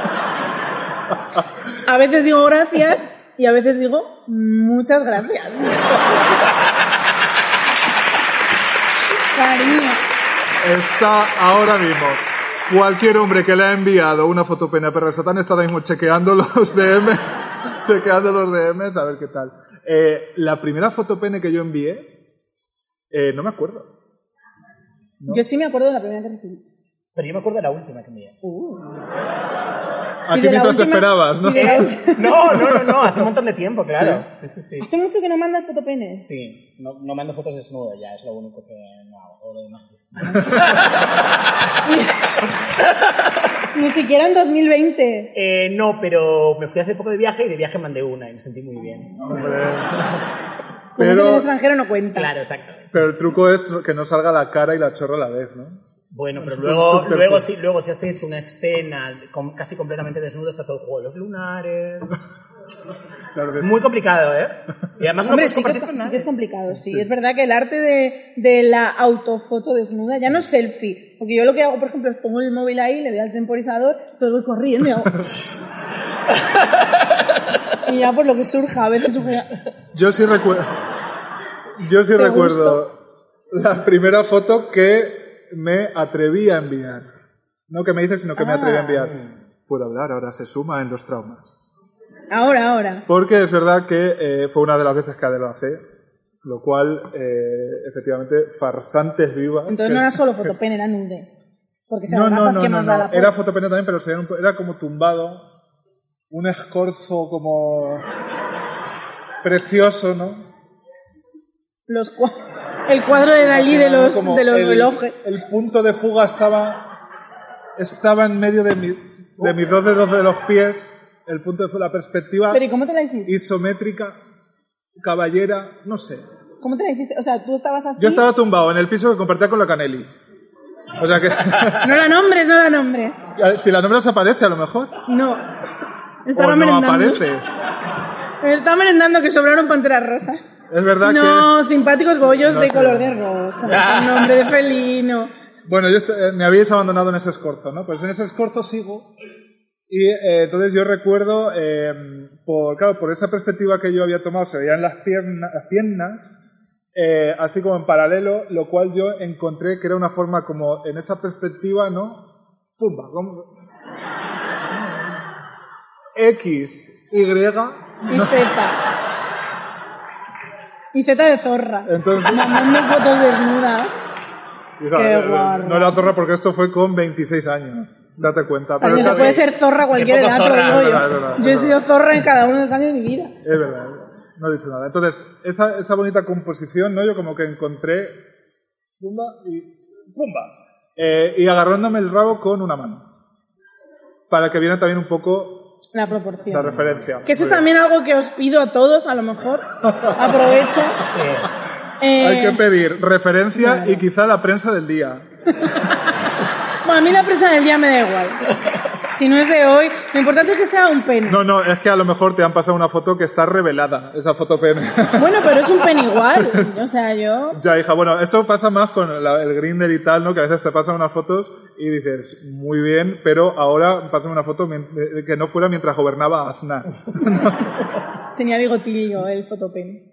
A veces digo gracias y a veces digo muchas gracias. Cariño. Está ahora mismo. Cualquier hombre que le ha enviado una fotopene a Perra de Satán está ahora mismo chequeando los DMs a ver qué tal. La primera fotopene que yo envié, no me acuerdo. ¿No? Yo sí me acuerdo de la primera que recibí. Pero yo me acuerdo de la última que envié. Aquí mientras esperabas, ¿no? No, hace un montón de tiempo, claro. Sí. ¿Hace mucho que no mandas fotopenes? Sí, no mando fotos desnudo ya, es lo único que no hago, todo lo demás sí. Ni siquiera en 2020. No, pero me fui hace poco de viaje y de viaje mandé una y me sentí muy bien. Como es en el extranjero no cuenta. Claro, exacto. Pero el truco es que no salga la cara y la chorra a la vez, ¿no? Bueno, pero luego si has hecho una escena casi completamente desnudo, está todo el juego de los lunares. Claro que es muy complicado, ¿eh? Y además Hombre, no sí, puedes sí que es complicado, sí. Es verdad que el arte de la autofoto desnuda, ya no es selfie, porque yo lo que hago, por ejemplo, es pongo el móvil ahí, le doy al temporizador, todo voy corriendo y hago... y ya por lo que surja, a veces surge... Yo sí recuerdo la primera foto que me atreví a enviar. No que me dices, sino que me atreví a enviar. Puedo hablar, ahora se suma en los traumas. Ahora. Porque es verdad que fue una de las veces que adelgacé, lo cual, efectivamente, farsantes vivas. Entonces no era solo fotopene, era nude. Porque se adelgazas que más da la foto. Era fotopene también, pero era como tumbado, un escorzo como precioso, ¿no? El cuadro de Dalí de los relojes. El punto de fuga estaba en medio de mis dos dedos de los pies. El punto de fuga, la perspectiva. ¿Pero y cómo te la hiciste? Isométrica, caballera, no sé. ¿Cómo te la hiciste? O sea, tú estabas así. Yo estaba tumbado en el piso que compartía con la Canelli. O sea que. No la nombres. Si la nombres aparece, a lo mejor. No. Estaba merendando. Aparece. Está merendando que sobraron panteras rosas. Es verdad que... No, simpáticos bollos de color de rosa. Con nombre de felino. Bueno, me habíais abandonado en ese escorzo, ¿no? Pues en ese escorzo sigo. Y entonces yo recuerdo, por esa perspectiva que yo había tomado, se veían las piernas, así como en paralelo, lo cual yo encontré que era una forma como en esa perspectiva, ¿no? Pumba, como... X, Y... Y Z. Y Z de zorra. Entonces... Mandando fotos desnudas. Qué guarro. No era zorra porque esto fue con 26 años. Date cuenta. Pero se puede ser zorra cualquier edad, lo digo yo. Yo he sido zorra en cada uno de los años de mi vida. Es verdad, no he dicho nada. Entonces, esa bonita composición, ¿no? Yo como que encontré... Pumba y... ¡Pumba! Y agarrándome el rabo con una mano. Para que viera también un poco... La proporción. La referencia. Que eso es también algo que os pido a todos, a lo mejor. Aprovecho. Sí. Hay que pedir referencia y quizá la prensa del día. Bueno, a mí la prensa del día me da igual. Si no es de hoy, lo importante es que sea un pene. No, es que a lo mejor te han pasado una foto que está revelada, esa foto pene. Bueno, pero es un pene igual. O sea, yo... Ya, hija, bueno, eso pasa más con el Grindr y tal, ¿no? Que a veces te pasan unas fotos y dices, muy bien, pero ahora pásame una foto que no fuera mientras gobernaba Aznar. Tenía bigotillo el fotopene.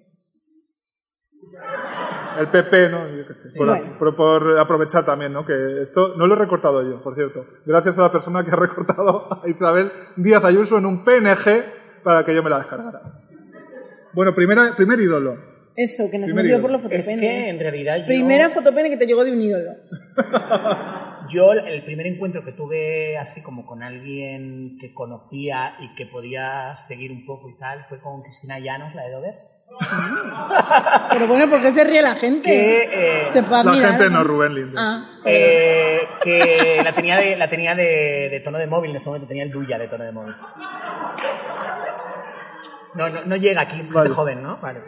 El PP, ¿no? Yo qué sé. Bueno. Por aprovechar también, ¿no? Que esto no lo he recortado yo, por cierto. Gracias a la persona que ha recortado a Isabel Díaz Ayuso en un PNG para que yo me la descargara. Bueno, primer ídolo. Eso, que nos Primer hemos ido ídolo. por los fotopenes. Es que en realidad yo... Primera fotopene que te llegó de un ídolo. Yo el primer encuentro que tuve así como con alguien que conocía y que podía seguir un poco y tal fue con Cristina Llanos, la de Dover. Pero bueno, ¿por qué se ríe la gente? Que, Se puede La mirar, gente no, Rubén Lindo. que la tenía de tono de móvil, en ese momento tenía el Duya de tono de móvil. No llega aquí, gente joven, ¿no? Vale.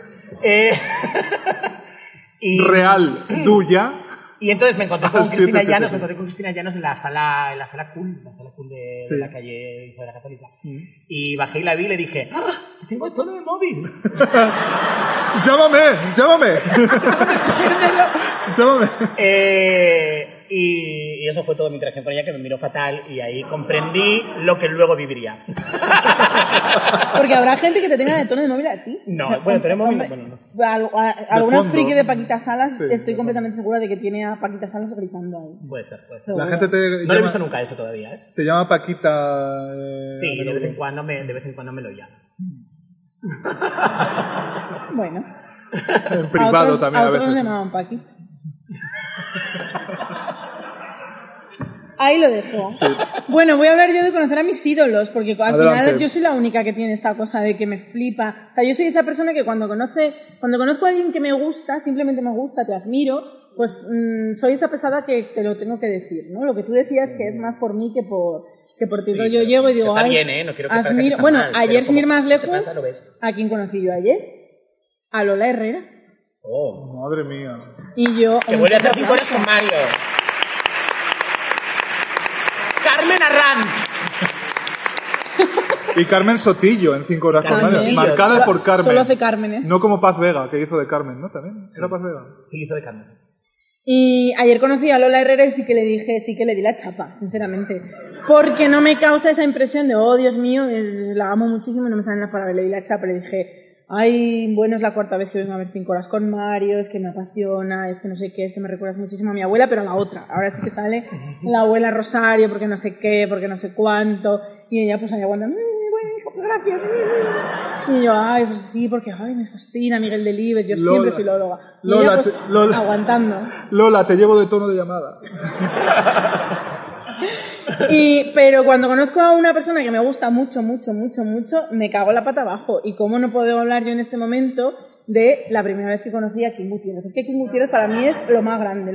Real, Duya. Y entonces me encontré con Cristina 777. Llanos, en la sala cool de Sí. la calle Isabel la Católica. Y bajé y la vi y le dije, ¡ah! ¡Que tengo el tono de móvil! ¡Llámame! ¡Llámame! Y eso fue todo mi interacción con ella, que me miró fatal y ahí comprendí lo que luego viviría. Porque habrá gente que te tenga de tono de móvil a ti. No, bueno, pero de móvil no, bueno, no sé. Alguna fondo. friki de Paquita Salas, Sí, estoy de completamente segura de que tiene a Paquita Salas gritando ahí. Puede ser. La gente No lo he visto nunca eso todavía, ¿eh? te llama Paquita. Sí, de vez en cuando me lo llama. Bueno. En privado también a otros veces. le llamaban Paqui. Ahí lo dejo. Sí. Bueno, voy a hablar yo de conocer a mis ídolos, porque al Adelante. final yo soy la única que tiene esta cosa de que me flipa. O sea, yo soy esa persona que cuando conozco a alguien que me gusta, simplemente me gusta, te admiro, pues soy esa pesada que te lo tengo que decir, ¿no? Lo que tú decías que es más por mí que por ti. Sí, Yo llego y digo, está ay, bien, ¿eh? No quiero que parezca que está bueno, mal, pero ayer sin como ir más si te lejos, pasa, lo ves. ¿a quién conocí yo ayer? A Lola Herrera. Oh. Madre mía. Y yo... Que vuelve a hacer 5 horas con Mario. Carmen Arranz. Y Carmen Sotillo en 5 horas con Carmen Mario. Sotillo. Marcada por Carmen. Solo hace Cármenes. No como Paz Vega, que hizo de Carmen, ¿no? También. ¿Era Paz Vega? Sí, hizo de Carmen. Y ayer conocí a Lola Herrera y sí que le di la chapa, sinceramente. Porque no me causa esa impresión de, oh, Dios mío, la amo muchísimo y no me salen las palabras. Le di la chapa, le dije, ay, bueno, es la 4ª vez que vengo a ver 5 horas con Mario, es que me apasiona, es que no sé qué, es que me recuerdas muchísimo a mi abuela, pero a la otra. Ahora sí que sale la abuela Rosario, porque no sé qué, porque no sé cuánto. Y ella pues ahí aguanta, bueno, hijo, gracias. Y yo, ay, pues sí, porque ay, me fascina Miguel Delibes, yo siempre filóloga. Y Lola, ella pues Lola. aguantando. Lola, te llevo de tono de llamada. Pero cuando conozco a una persona que me gusta mucho, me cago la pata abajo. ¿Y cómo no puedo hablar yo en este momento de la primera vez que conocí a Kim Gutiérrez? Es que Kim Gutiérrez para mí es lo más grande.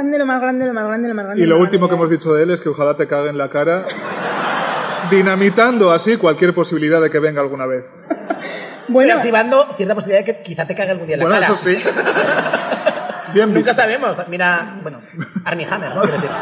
Y lo último que hemos dicho de él es que ojalá te cague en la cara, dinamitando así cualquier posibilidad de que venga alguna vez. Bueno, Pero activando cierta posibilidad de que quizá te cague algún día en la Bueno, cara. eso sí. Bien visto. Nunca sabemos. Mira, bueno, Armie Hammer, ¿no? Quiero decir.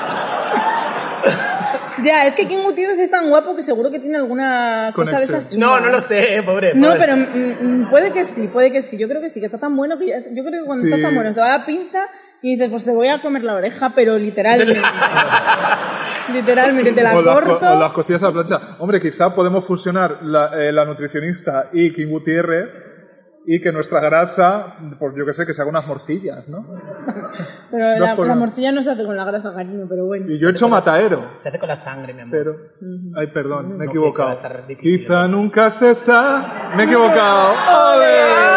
ya, es que Kim Gutiérrez es tan guapo que seguro que tiene alguna cosa de Conexión. esas chungas. No lo sé, pobre. No, pero puede que sí. Yo creo que sí, que está tan bueno que yo creo que cuando Sí. está tan bueno te va la pinza y dices, pues te voy a comer la oreja, pero literalmente. Literalmente, te la O corto. las costillas a la plancha. Hombre, quizá podemos fusionar la nutricionista y Kim Gutiérrez y que nuestra grasa, pues yo que sé, que se haga unas morcillas, ¿no? Pero Dos por la uno. morcilla no se hace con la grasa, cariño, pero bueno. Y yo he hecho mataero. Se hace con la sangre, mi amor. Pero, ay, perdón, me he No, equivocado. que va a estar difícil. Quizá nunca se sabe. Me he equivocado. ¡Ole!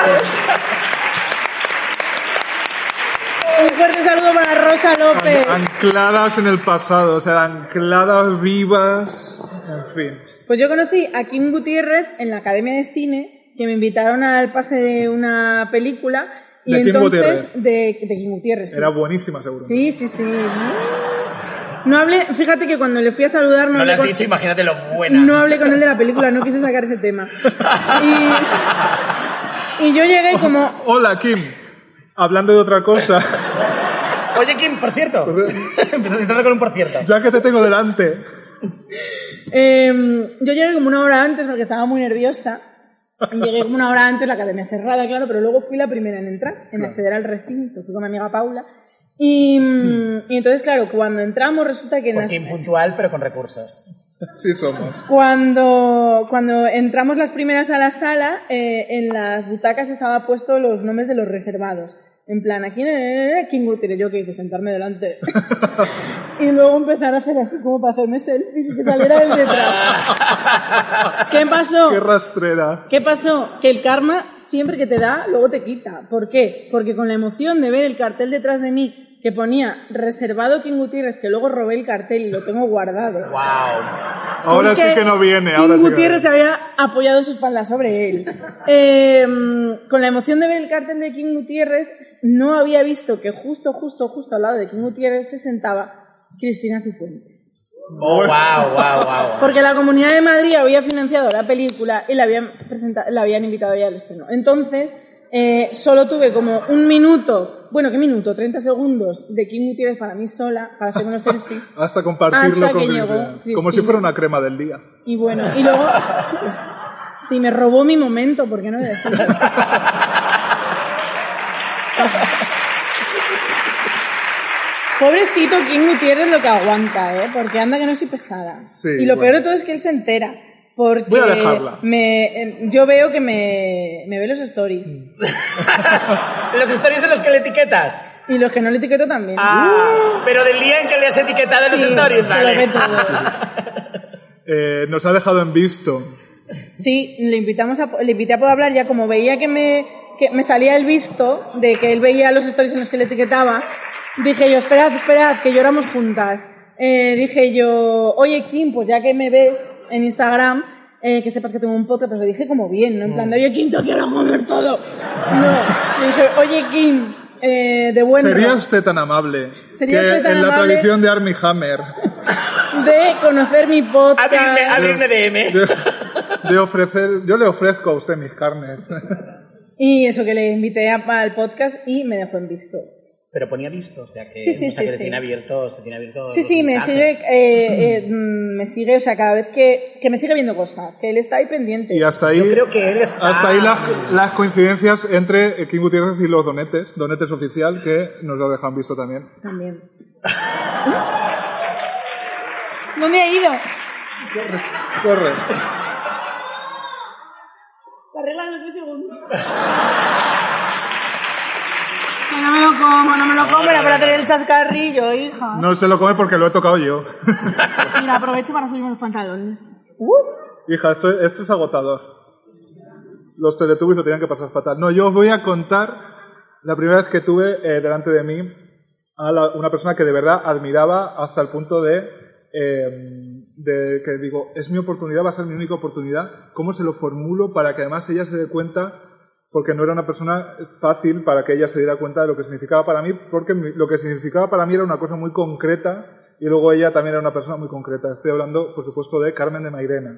Un fuerte saludo para Rosa López. Ancladas en el pasado, o sea, ancladas vivas, en fin. Pues yo conocí a Kim Gutiérrez en la Academia de Cine, que me invitaron al pase de una película. Y ¿De Kim entonces, Gutiérrez? de Kim Gutiérrez. Sí. Era buenísima, seguro. Sí. No hablé, fíjate que cuando le fui a saludar No hablé lo has con- dicho, imagínate lo buena. No hablé con él de la película, no quise sacar ese tema. Y yo llegué como... Hola, Kim. Hablando de otra cosa... Oye, Kim, por cierto. Entrando con un por cierto. Ya que te tengo delante. Yo llegué como una hora antes porque estaba muy nerviosa. Llegué como una hora antes, la academia cerrada, claro, pero luego fui la primera en entrar, en acceder al recinto. Fui con mi amiga Paula. Y entonces, claro, cuando entramos resulta que... Porque impuntual, pero con recursos. Sí somos. Cuando entramos las primeras a la sala, en las butacas estaba puesto los nombres de los reservados. En plan, aquí King Gutiérrez, yo que hice sentarme delante. Y luego empezar a hacer así como para hacerme selfie y que saliera del detrás. ¿Qué pasó? ¡Qué rastrera! ¿Qué pasó? Que el karma, siempre que te da, luego te quita. ¿Por qué? Porque con la emoción de ver el cartel detrás de mí que ponía reservado King Gutiérrez, que luego robé el cartel y lo tengo guardado. ¡Wow! Ahora sí que no viene. King Gutiérrez se había apoyado su espalda sobre él. Con la emoción de ver el cartel de King Gutiérrez, no había visto que justo al lado de King Gutiérrez se sentaba Cristina Cifuentes. ¡Oh, wow! Porque la Comunidad de Madrid había financiado la película y la habían invitado ya al estreno. Entonces... solo tuve como un minuto, bueno, ¿qué minuto? 30 segundos de King Gutiérrez para mí sola, para hacerme unos selfies. Hasta compartirlo hasta con Cristina. Como si fuera una crema del día. Y bueno, y luego, pues, sí, me robó mi momento, ¿por qué no decirlo? Pobrecito King Gutiérrez lo que aguanta, porque anda que no soy pesada. Sí, y lo peor de todo es que él se entera. Porque voy a dejarla. Yo veo que me ve los stories. ¿Los stories en los que le etiquetas? Y los que no le etiqueto también. Pero del día en que le has etiquetado en los stories, se lo ve todo. Nos ha dejado en visto. Sí, le invité a poder hablar ya como veía que me salía el visto de que él veía los stories en los que le etiquetaba. Dije yo, esperad, que lloramos juntas. Dije yo, oye Kim, pues ya que me ves en Instagram, que sepas que tengo un podcast, pero lo dije como bien, ¿no? En plan de, oye Kim, te quiero comer todo. No, le dije, oye Kim, de bueno. ¿Sería usted tan amable la tradición de Armie Hammer de conocer mi podcast, abrirme DM, de ofrecer, yo le ofrezco a usted mis carnes. Y eso, que le invité al podcast y me dejó en visto. Pero ponía visto, o sea que, sí, que te tiene abierto. Sí, me sigue, o sea, cada vez que me sigue viendo cosas, que él está ahí pendiente. Y hasta ahí, yo creo que él está... hasta ahí las coincidencias entre King Gutiérrez y los Donetes oficial, que nos lo dejan visto también. También. ¿Dónde ha ido? Corre. La regla de los 3 segundos. No me lo como, era para tener el chascarrillo, hija. No se lo come porque lo he tocado yo. Mira, aprovecho para subirme los pantalones. Hija, esto es agotador. Los Teletubbies lo tenían que pasar fatal. No, yo os voy a contar la primera vez que tuve delante de mí a una persona que de verdad admiraba hasta el punto de que digo, es mi oportunidad, va a ser mi única oportunidad. ¿Cómo se lo formulo para que además ella se dé cuenta? Porque no era una persona fácil para que ella se diera cuenta de lo que significaba para mí, porque lo que significaba para mí era una cosa muy concreta y luego ella también era una persona muy concreta. Estoy hablando, por supuesto, de Carmen de Mairena.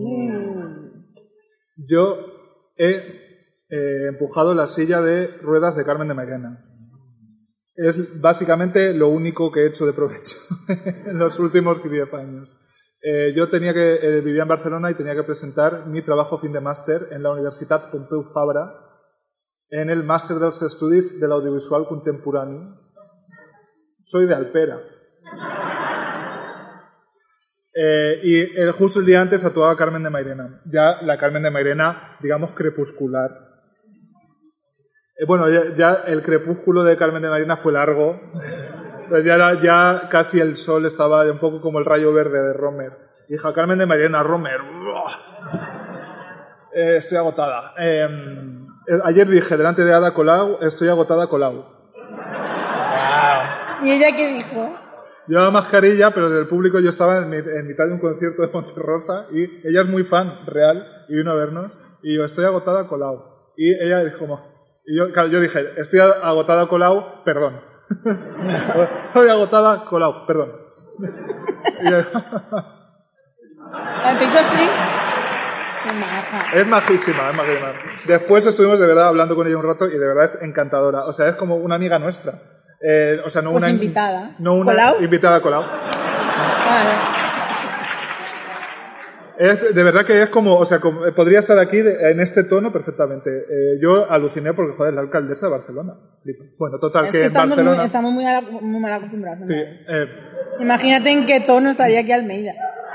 Yo he empujado la silla de ruedas de Carmen de Mairena. Es básicamente lo único que he hecho de provecho en los últimos 10 años. Yo vivía en Barcelona y tenía que presentar mi trabajo fin de máster en la Universitat Pompeu Fabra en el Màster dels Estudis de l'Audiovisual Contemporani. Soy de Alpera. Y justo el día antes actuaba Carmen de Mairena. Ya la Carmen de Mairena, digamos, crepuscular. Bueno, ya el crepúsculo de Carmen de Mairena fue largo. Ya casi el sol estaba un poco como el rayo verde de Romer. Hija, Carmen de Mairena, Romer. Estoy agotada. Ayer dije delante de Ada Colau, estoy agotada Colau. Wow. ¿Y ella qué dijo? Llevaba mascarilla, pero del público yo estaba en mitad de un concierto de Monterrosa y ella es muy fan real y vino a vernos y yo, estoy agotada Colau. Y ella dijo, y yo dije, estoy agotada Colau, perdón. Estoy agotada Colau, perdón. ¿La hizo así? Es majísima, Después estuvimos de verdad hablando con ella un rato y de verdad es encantadora. O sea, es como una amiga nuestra. O sea, no pues una invitada. No una ¿Colau? Invitada Colau. Vale. Es, de verdad que es como, o sea, podría estar aquí en este tono perfectamente. Yo aluciné porque, joder, la alcaldesa de Barcelona. Bueno, total, Es que estamos Barcelona... estamos muy mal acostumbrados. Sí, Imagínate en qué tono estaría aquí Almeida.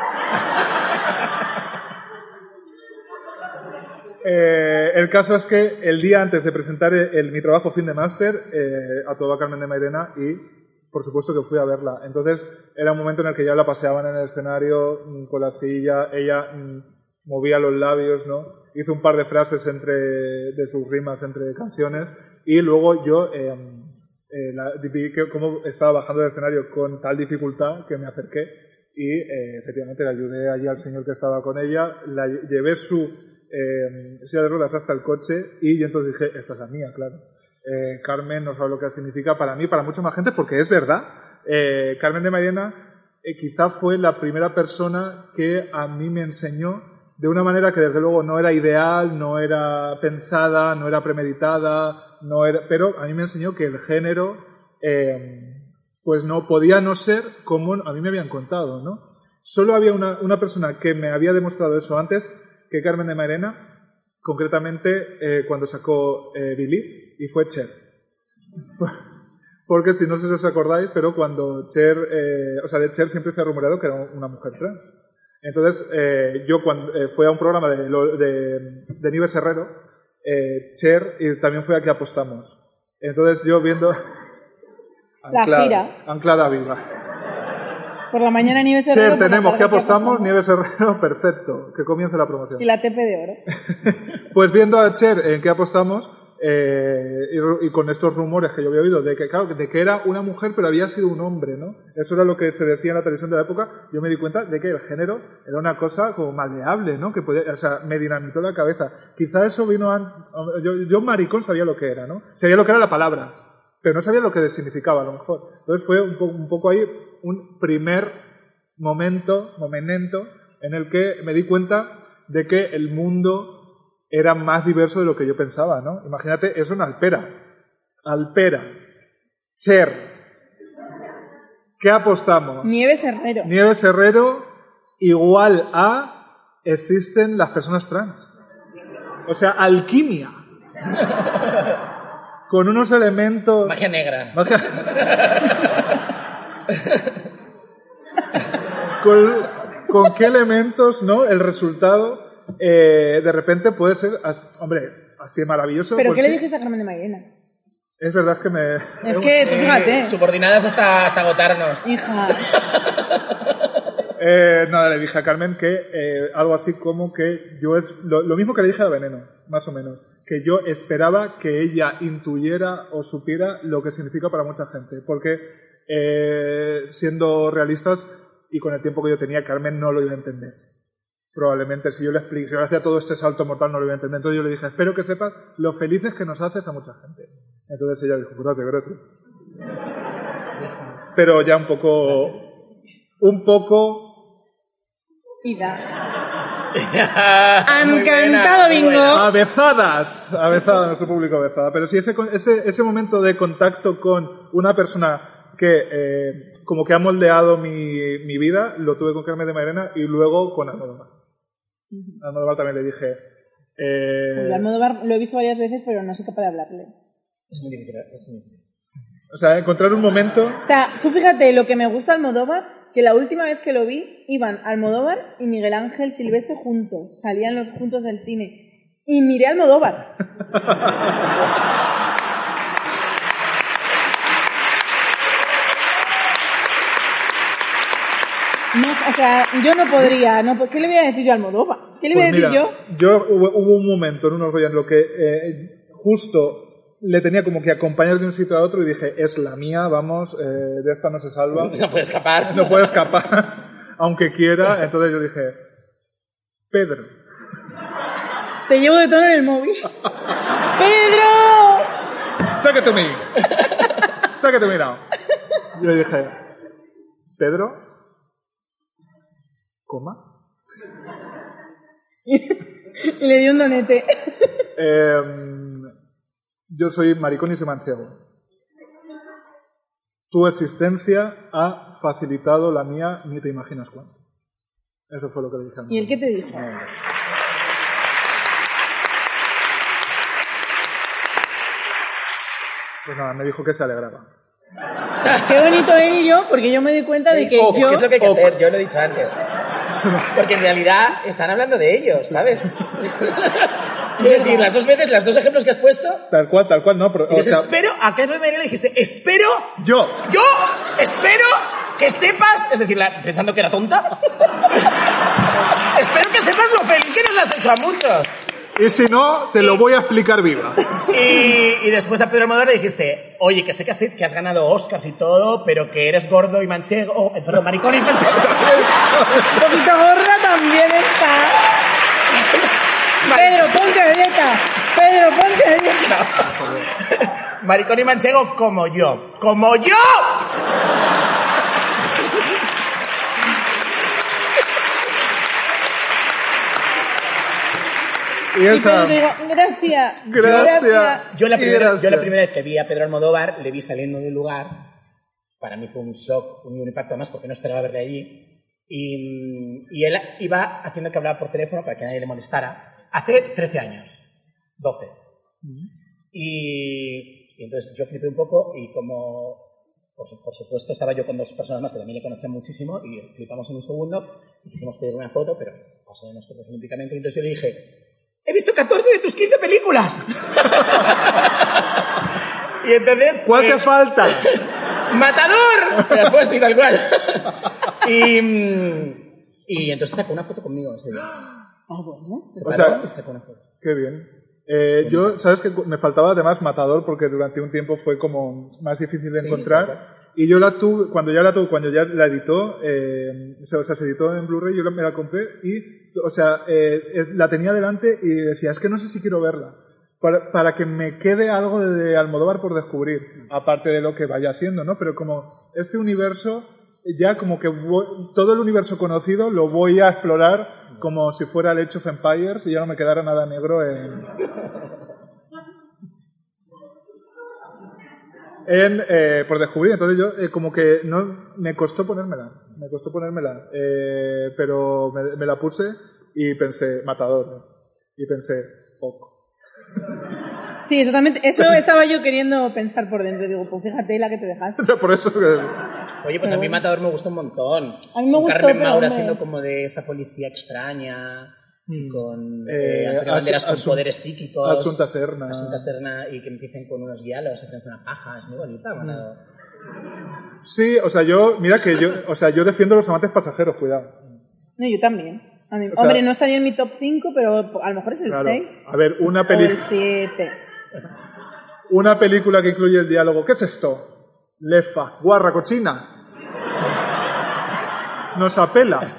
El caso es que el día antes de presentar mi trabajo fin de máster, actuaba Carmen de Mairena y, por supuesto, que fui a verla. Entonces, era un momento en el que ya la paseaban en el escenario con la silla, ella movía los labios, ¿no? Hizo un par de frases de sus rimas entre canciones y luego yo vi que cómo estaba bajando del escenario con tal dificultad que me acerqué y efectivamente le ayudé allí al señor que estaba con ella, la llevé su silla de ruedas hasta el coche y yo entonces dije, esta es la mía, claro. Carmen no sabe lo que significa para mí, para mucha más gente, porque es verdad. Carmen de Mairena quizá fue la primera persona que a mí me enseñó de una manera que desde luego no era ideal, no era pensada, no era premeditada, pero a mí me enseñó que el género pues no podía no ser como a mí me habían contado, ¿no? Solo había una persona que me había demostrado eso antes que Carmen de Mairena, concretamente cuando sacó Believe, y fue Cher. Porque si no sé si os acordáis, pero cuando Cher, de Cher siempre se ha rumoreado que era una mujer trans. Entonces, yo cuando fui a un programa de Nieves Herrero, Cher, y también fue a que apostamos. Entonces yo viendo... La gira. Anclada viva. Por la mañana Nieves Herrero. Cher, tenemos que apostamos, Nieves Herrero, perfecto, que comience la promoción. Y la TP de oro. Pues viendo a Cher en qué apostamos, y con estos rumores que yo había oído de que era una mujer pero había sido un hombre, ¿no? Eso era lo que se decía en la televisión de la época. Yo me di cuenta de que el género era una cosa como maleable, ¿no? Que podía, o sea, me dinamitó la cabeza. Quizá eso vino yo maricón sabía lo que era, ¿no? Sabía lo que era la palabra, pero no sabía lo que significaba a lo mejor. Entonces fue un poco ahí un primer momento en el que me di cuenta de que el mundo era más diverso de lo que yo pensaba, ¿no? Imagínate eso en Alpera. Alpera. Cher. ¿Qué apostamos? Nieves Herrero. Nieves Herrero igual a existen las personas trans. O sea, alquimia. Con unos elementos... Magia negra. ¿Con qué elementos, no? El resultado... de repente puede ser, hombre, así de maravilloso. ¿Pero pues qué sí. le dijiste a Carmen de Mairena? Es verdad que me... Es que, tú fíjate. Subordinadas hasta agotarnos. Hija. Nada, le dije a Carmen que algo así como que yo lo mismo que le dije a Veneno, más o menos, que yo esperaba que ella intuyera o supiera lo que significa para mucha gente, porque siendo realistas y con el tiempo que yo tenía, Carmen no lo iba a entender. Probablemente si yo le explico, si yo le hacía todo este salto mortal no lo iba a entender. Entonces yo le dije, espero que sepas lo felices que nos haces a mucha gente. Entonces ella dijo, gracias. Pero ya un poco... Ida. Han cantado bingo. Avezadas, nuestro público avezada. Pero sí, ese momento de contacto con una persona que como que ha moldeado mi vida, lo tuve con Carmen de Mairena y luego con Almodóvar. Almodóvar también le dije... Almodóvar lo he visto varias veces, pero no soy capaz de hablarle. Es muy difícil. O sea, encontrar un momento... O sea, tú fíjate, lo que me gusta Almodóvar, que la última vez que lo vi, iban Almodóvar y Miguel Ángel Silvestre juntos. Salían los juntos del cine. Y miré a Almodóvar. No, o sea, yo no podría, no, ¿qué le voy a decir yo a Almodóvar? ¿Qué le voy a decir yo? Hubo un momento en unos rollos en lo que justo le tenía como que acompañar de un sitio a otro y dije, es la mía, vamos, de esta no se salva. No puede escapar. No puede escapar, aunque quiera. Entonces yo dije, Pedro. Te llevo de tono en el móvil. ¡Pedro! ¡Sácate me. Sácate me now. Yo le dije, Pedro, coma. Y le di un donete. yo soy maricón y soy manchego. Tu existencia ha facilitado la mía, ni te imaginas cuánto. Eso fue lo que le dije a mí. ¿Y él qué te dijo? Pues nada, me dijo que se alegraba. Qué bonito él y yo, porque yo me di cuenta de que Es que yo... es lo que hay que hacer, yo lo he dicho antes. Porque en realidad están hablando de ellos, ¿sabes? Es decir, las dos veces, los dos ejemplos que has puesto... Tal cual, no. Pero, Entonces, espero, ¿a qué manera le dijiste? Espero... Yo espero que sepas... Es decir, pensando que era tonta. Espero que sepas lo feliz que nos has hecho a muchos. Y si no, te lo voy a explicar viva. Y después a Pedro Almodóvar le dijiste, oye, que sé que has ganado Oscars y todo, pero que eres gordo y manchego... perdón, maricón y manchego. Un poquito gorda también está. Pedro, ponte a dieta. Pedro, ponte a dieta. Maricón y manchego como yo. ¡Como yo! Y esa... Y te digo, gracias. Yo la primera vez que vi a Pedro Almodóvar, le vi saliendo del lugar. Para mí fue un shock, un impacto más, porque no esperaba verle allí. Y él iba haciendo que hablaba por teléfono para que nadie le molestara. Hace 13 años. 12. Y entonces yo flipé un poco y como... Por supuesto, estaba yo con dos personas más que también le conocían muchísimo y flipamos en un segundo y quisimos pedir una foto, pero pasó de nosotros olímpicamente. Y entonces yo le dije... ¡He visto 14 de tus 15 películas! Y entonces... ¿Cuál te falta? ¡Matador! Pues sí, tal cual. Y entonces sacó una foto conmigo. ¿En serio? Bueno. O sea, Sacó una foto. qué bien. Yo, ¿sabes qué? Me faltaba además Matador porque durante un tiempo fue como más difícil de encontrar. Claro. Y yo la tuve, cuando ya la editó, se editó en Blu-ray, yo me la compré y, la tenía delante y decía, es que no sé si quiero verla. Para que me quede algo de Almodóvar por descubrir, aparte de lo que vaya haciendo, ¿no? Pero como este universo, ya como que todo el universo conocido lo voy a explorar como si fuera el Age of Empires y ya no me quedara nada negro por descubrir. Entonces yo como que no me costó ponérmela, pero me la puse y pensé Matador, y pensé poco. Sí, exactamente. Eso estaba yo queriendo pensar por dentro. Digo, pues fíjate la que te dejaste. O sea, por eso que... Oye, pues a mí Matador me gustó un montón. A mí me gustó, Carmen pero Maura hombre... haciendo como de esta policía extraña, con Antonio Banderas con poderes psíquicos. Asunta Serna. Y que empiecen con unos diálogos, haciendo una paja. Es muy bonita, Matador. Sí, yo defiendo a los amantes pasajeros, cuidado. No, yo también. Hombre, no estaría en mi top 5, pero a lo mejor es el 6. A ver, O el 7. Una película que incluye el diálogo. ¿Qué es esto? Lefa, guarra, cochina. Nos apela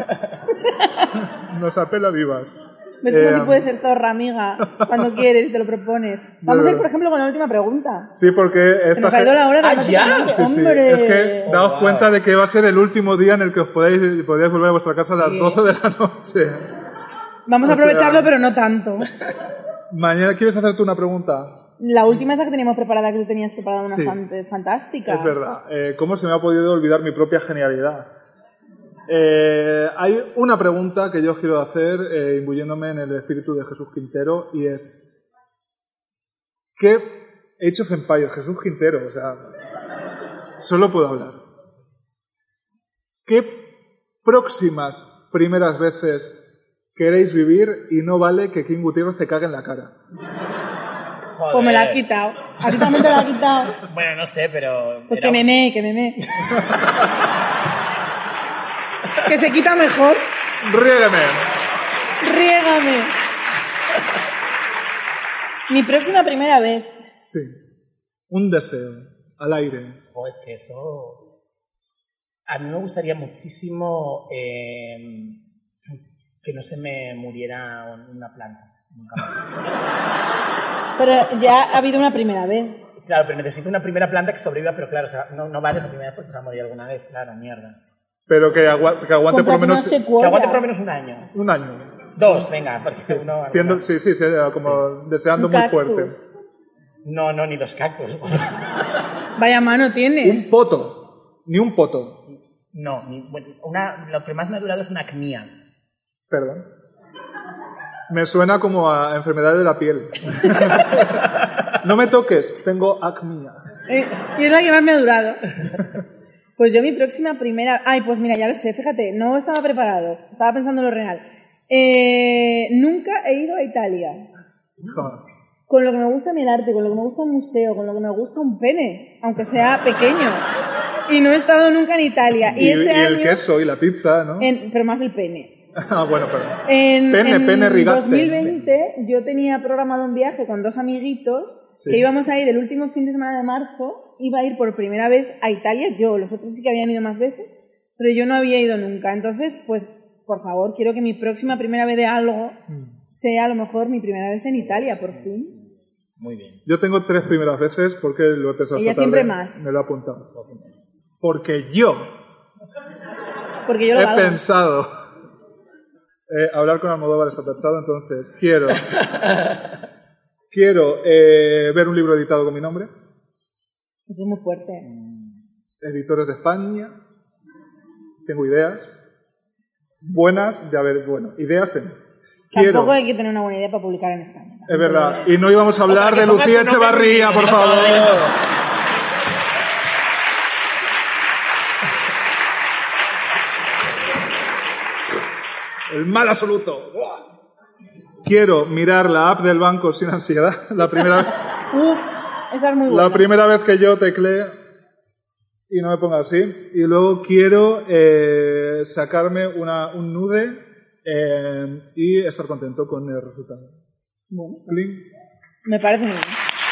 vivas. ¿Ves cómo si puedes ser zorra, amiga? Cuando quieres y te lo propones. Vamos a ir, por ejemplo, con la última pregunta. Sí, porque Se nos ha ido la hora. ¿Ya? Sí. ¡Hombre! Es que daos cuenta de que va a ser el último día en el que os podéis volver a vuestra casa a las 12 de la noche. Vamos a aprovecharlo, pero no tanto. Mañana, ¿quieres hacerte una pregunta? La última esa que teníamos preparada, que tú tenías preparada, una Sí. fantástica. Es verdad. ¿Cómo se me ha podido olvidar mi propia genialidad? Hay una pregunta que yo quiero hacer, imbuyéndome en el espíritu de Jesús Quintero, y es... ¿Qué Age of Empires? Jesús Quintero, o sea... Solo puedo hablar. ¿Qué próximas primeras veces queréis vivir y no vale que King Gutiérrez te cague en la cara? Joder. Pues me la has quitado. A ti también te la has quitado. Bueno, no sé, pero... Pues que me mee. Que se quita mejor. ¡Riégame! Mi próxima primera vez. Sí. Un deseo. Al aire. Es que eso... A mí me gustaría muchísimo que no se me muriera una planta. Nunca más. Pero ya ha habido una primera vez. Claro, pero necesito una primera planta que sobreviva, pero claro, o sea, no vale esa primera vez porque se va a morir alguna vez. Claro, mierda. Pero que aguante por lo menos... Que aguante por lo menos un año. Un año. 2, venga, porque uno... Sí, como deseando Un muy cactus. fuerte. No, ni los cactus. Vaya mano tienes. Un poto. Ni un poto. No, lo que más me ha durado es una acnia. Perdón. Me suena como a enfermedad de la piel. No me toques, tengo acnia. Y es la que más me ha durado. Pues yo mi próxima primera... Ay, pues mira, ya lo sé, fíjate, no estaba preparado. Estaba pensando en lo real. Nunca he ido a Italia. Joder. Con lo que me gusta a mí el arte, con lo que me gusta un museo, con lo que me gusta un pene, aunque sea pequeño. Y no he estado nunca en Italia. Y este año... el queso y la pizza, ¿no? Pero más el pene. Bueno, perdón. En rigate. 2020 yo tenía programado un viaje con 2 amiguitos que íbamos a ir el último fin de semana de marzo. Iba a ir por primera vez a Italia yo, los otros sí que habían ido más veces, pero yo no había ido nunca. Entonces, pues, por favor, quiero que mi próxima primera vez de algo sea a lo mejor mi primera vez en Italia, por fin. Muy bien. Yo tengo 3 primeras veces porque lo he pensado Ella esta tarde. siempre más. Me lo he apuntado. Porque yo lo he valgo. pensado hablar con Almodóvar está tachado, entonces quiero ver un libro editado con mi nombre. Eso es muy fuerte. Editores de España. Tengo ideas buenas, ideas tengo. Tampoco hay que tener una buena idea para publicar en España. Es verdad. Y no íbamos a hablar de Otra, que Lucía pongas tu nombre Echevarría, en por el favor. todo. El mal absoluto. ¡Buah! Quiero mirar la app del banco sin ansiedad. La primera Esa es muy buena. La primera vez que yo teclee y no me ponga así. Y luego quiero sacarme un nude y estar contento con el resultado. Bueno, Link. me parece muy bien.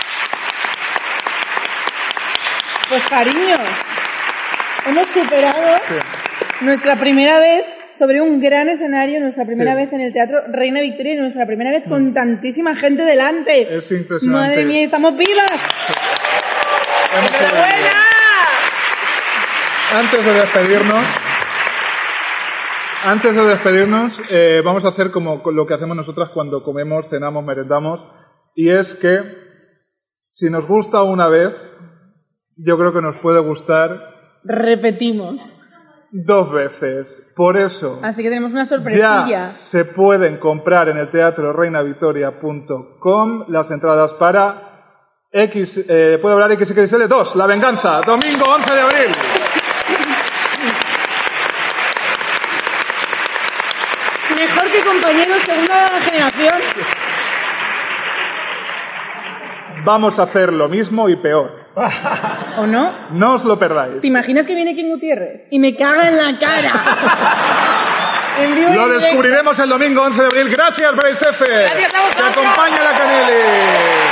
Pues cariños, hemos superado nuestra primera vez sobre un gran escenario, nuestra primera vez en el Teatro Reina Victoria y nuestra primera vez con tantísima gente delante. Es impresionante. Madre mía, estamos vivas. Hemos ¡Enhorabuena! Antes de despedirnos, vamos a hacer como lo que hacemos nosotras cuando comemos, cenamos, merendamos, y es que si nos gusta una vez, yo creo que nos puede gustar Repetimos. 2 veces. Por eso Así que tenemos una sorpresilla. ya se pueden comprar en el teatro reinavictoria.com las entradas para puedo hablar XXL 2, La Venganza, domingo 11 de abril. Mejor que compañeros segunda generación. Vamos a hacer lo mismo y peor. ¿O no? No os lo perdáis. ¿Te imaginas que viene King Gutiérrez y me caga en la cara? En vivo y Lo en directo. descubriremos el domingo 11 de abril. Gracias, Bryce F. Gracias a vosotros. Que acompaña la Canelli.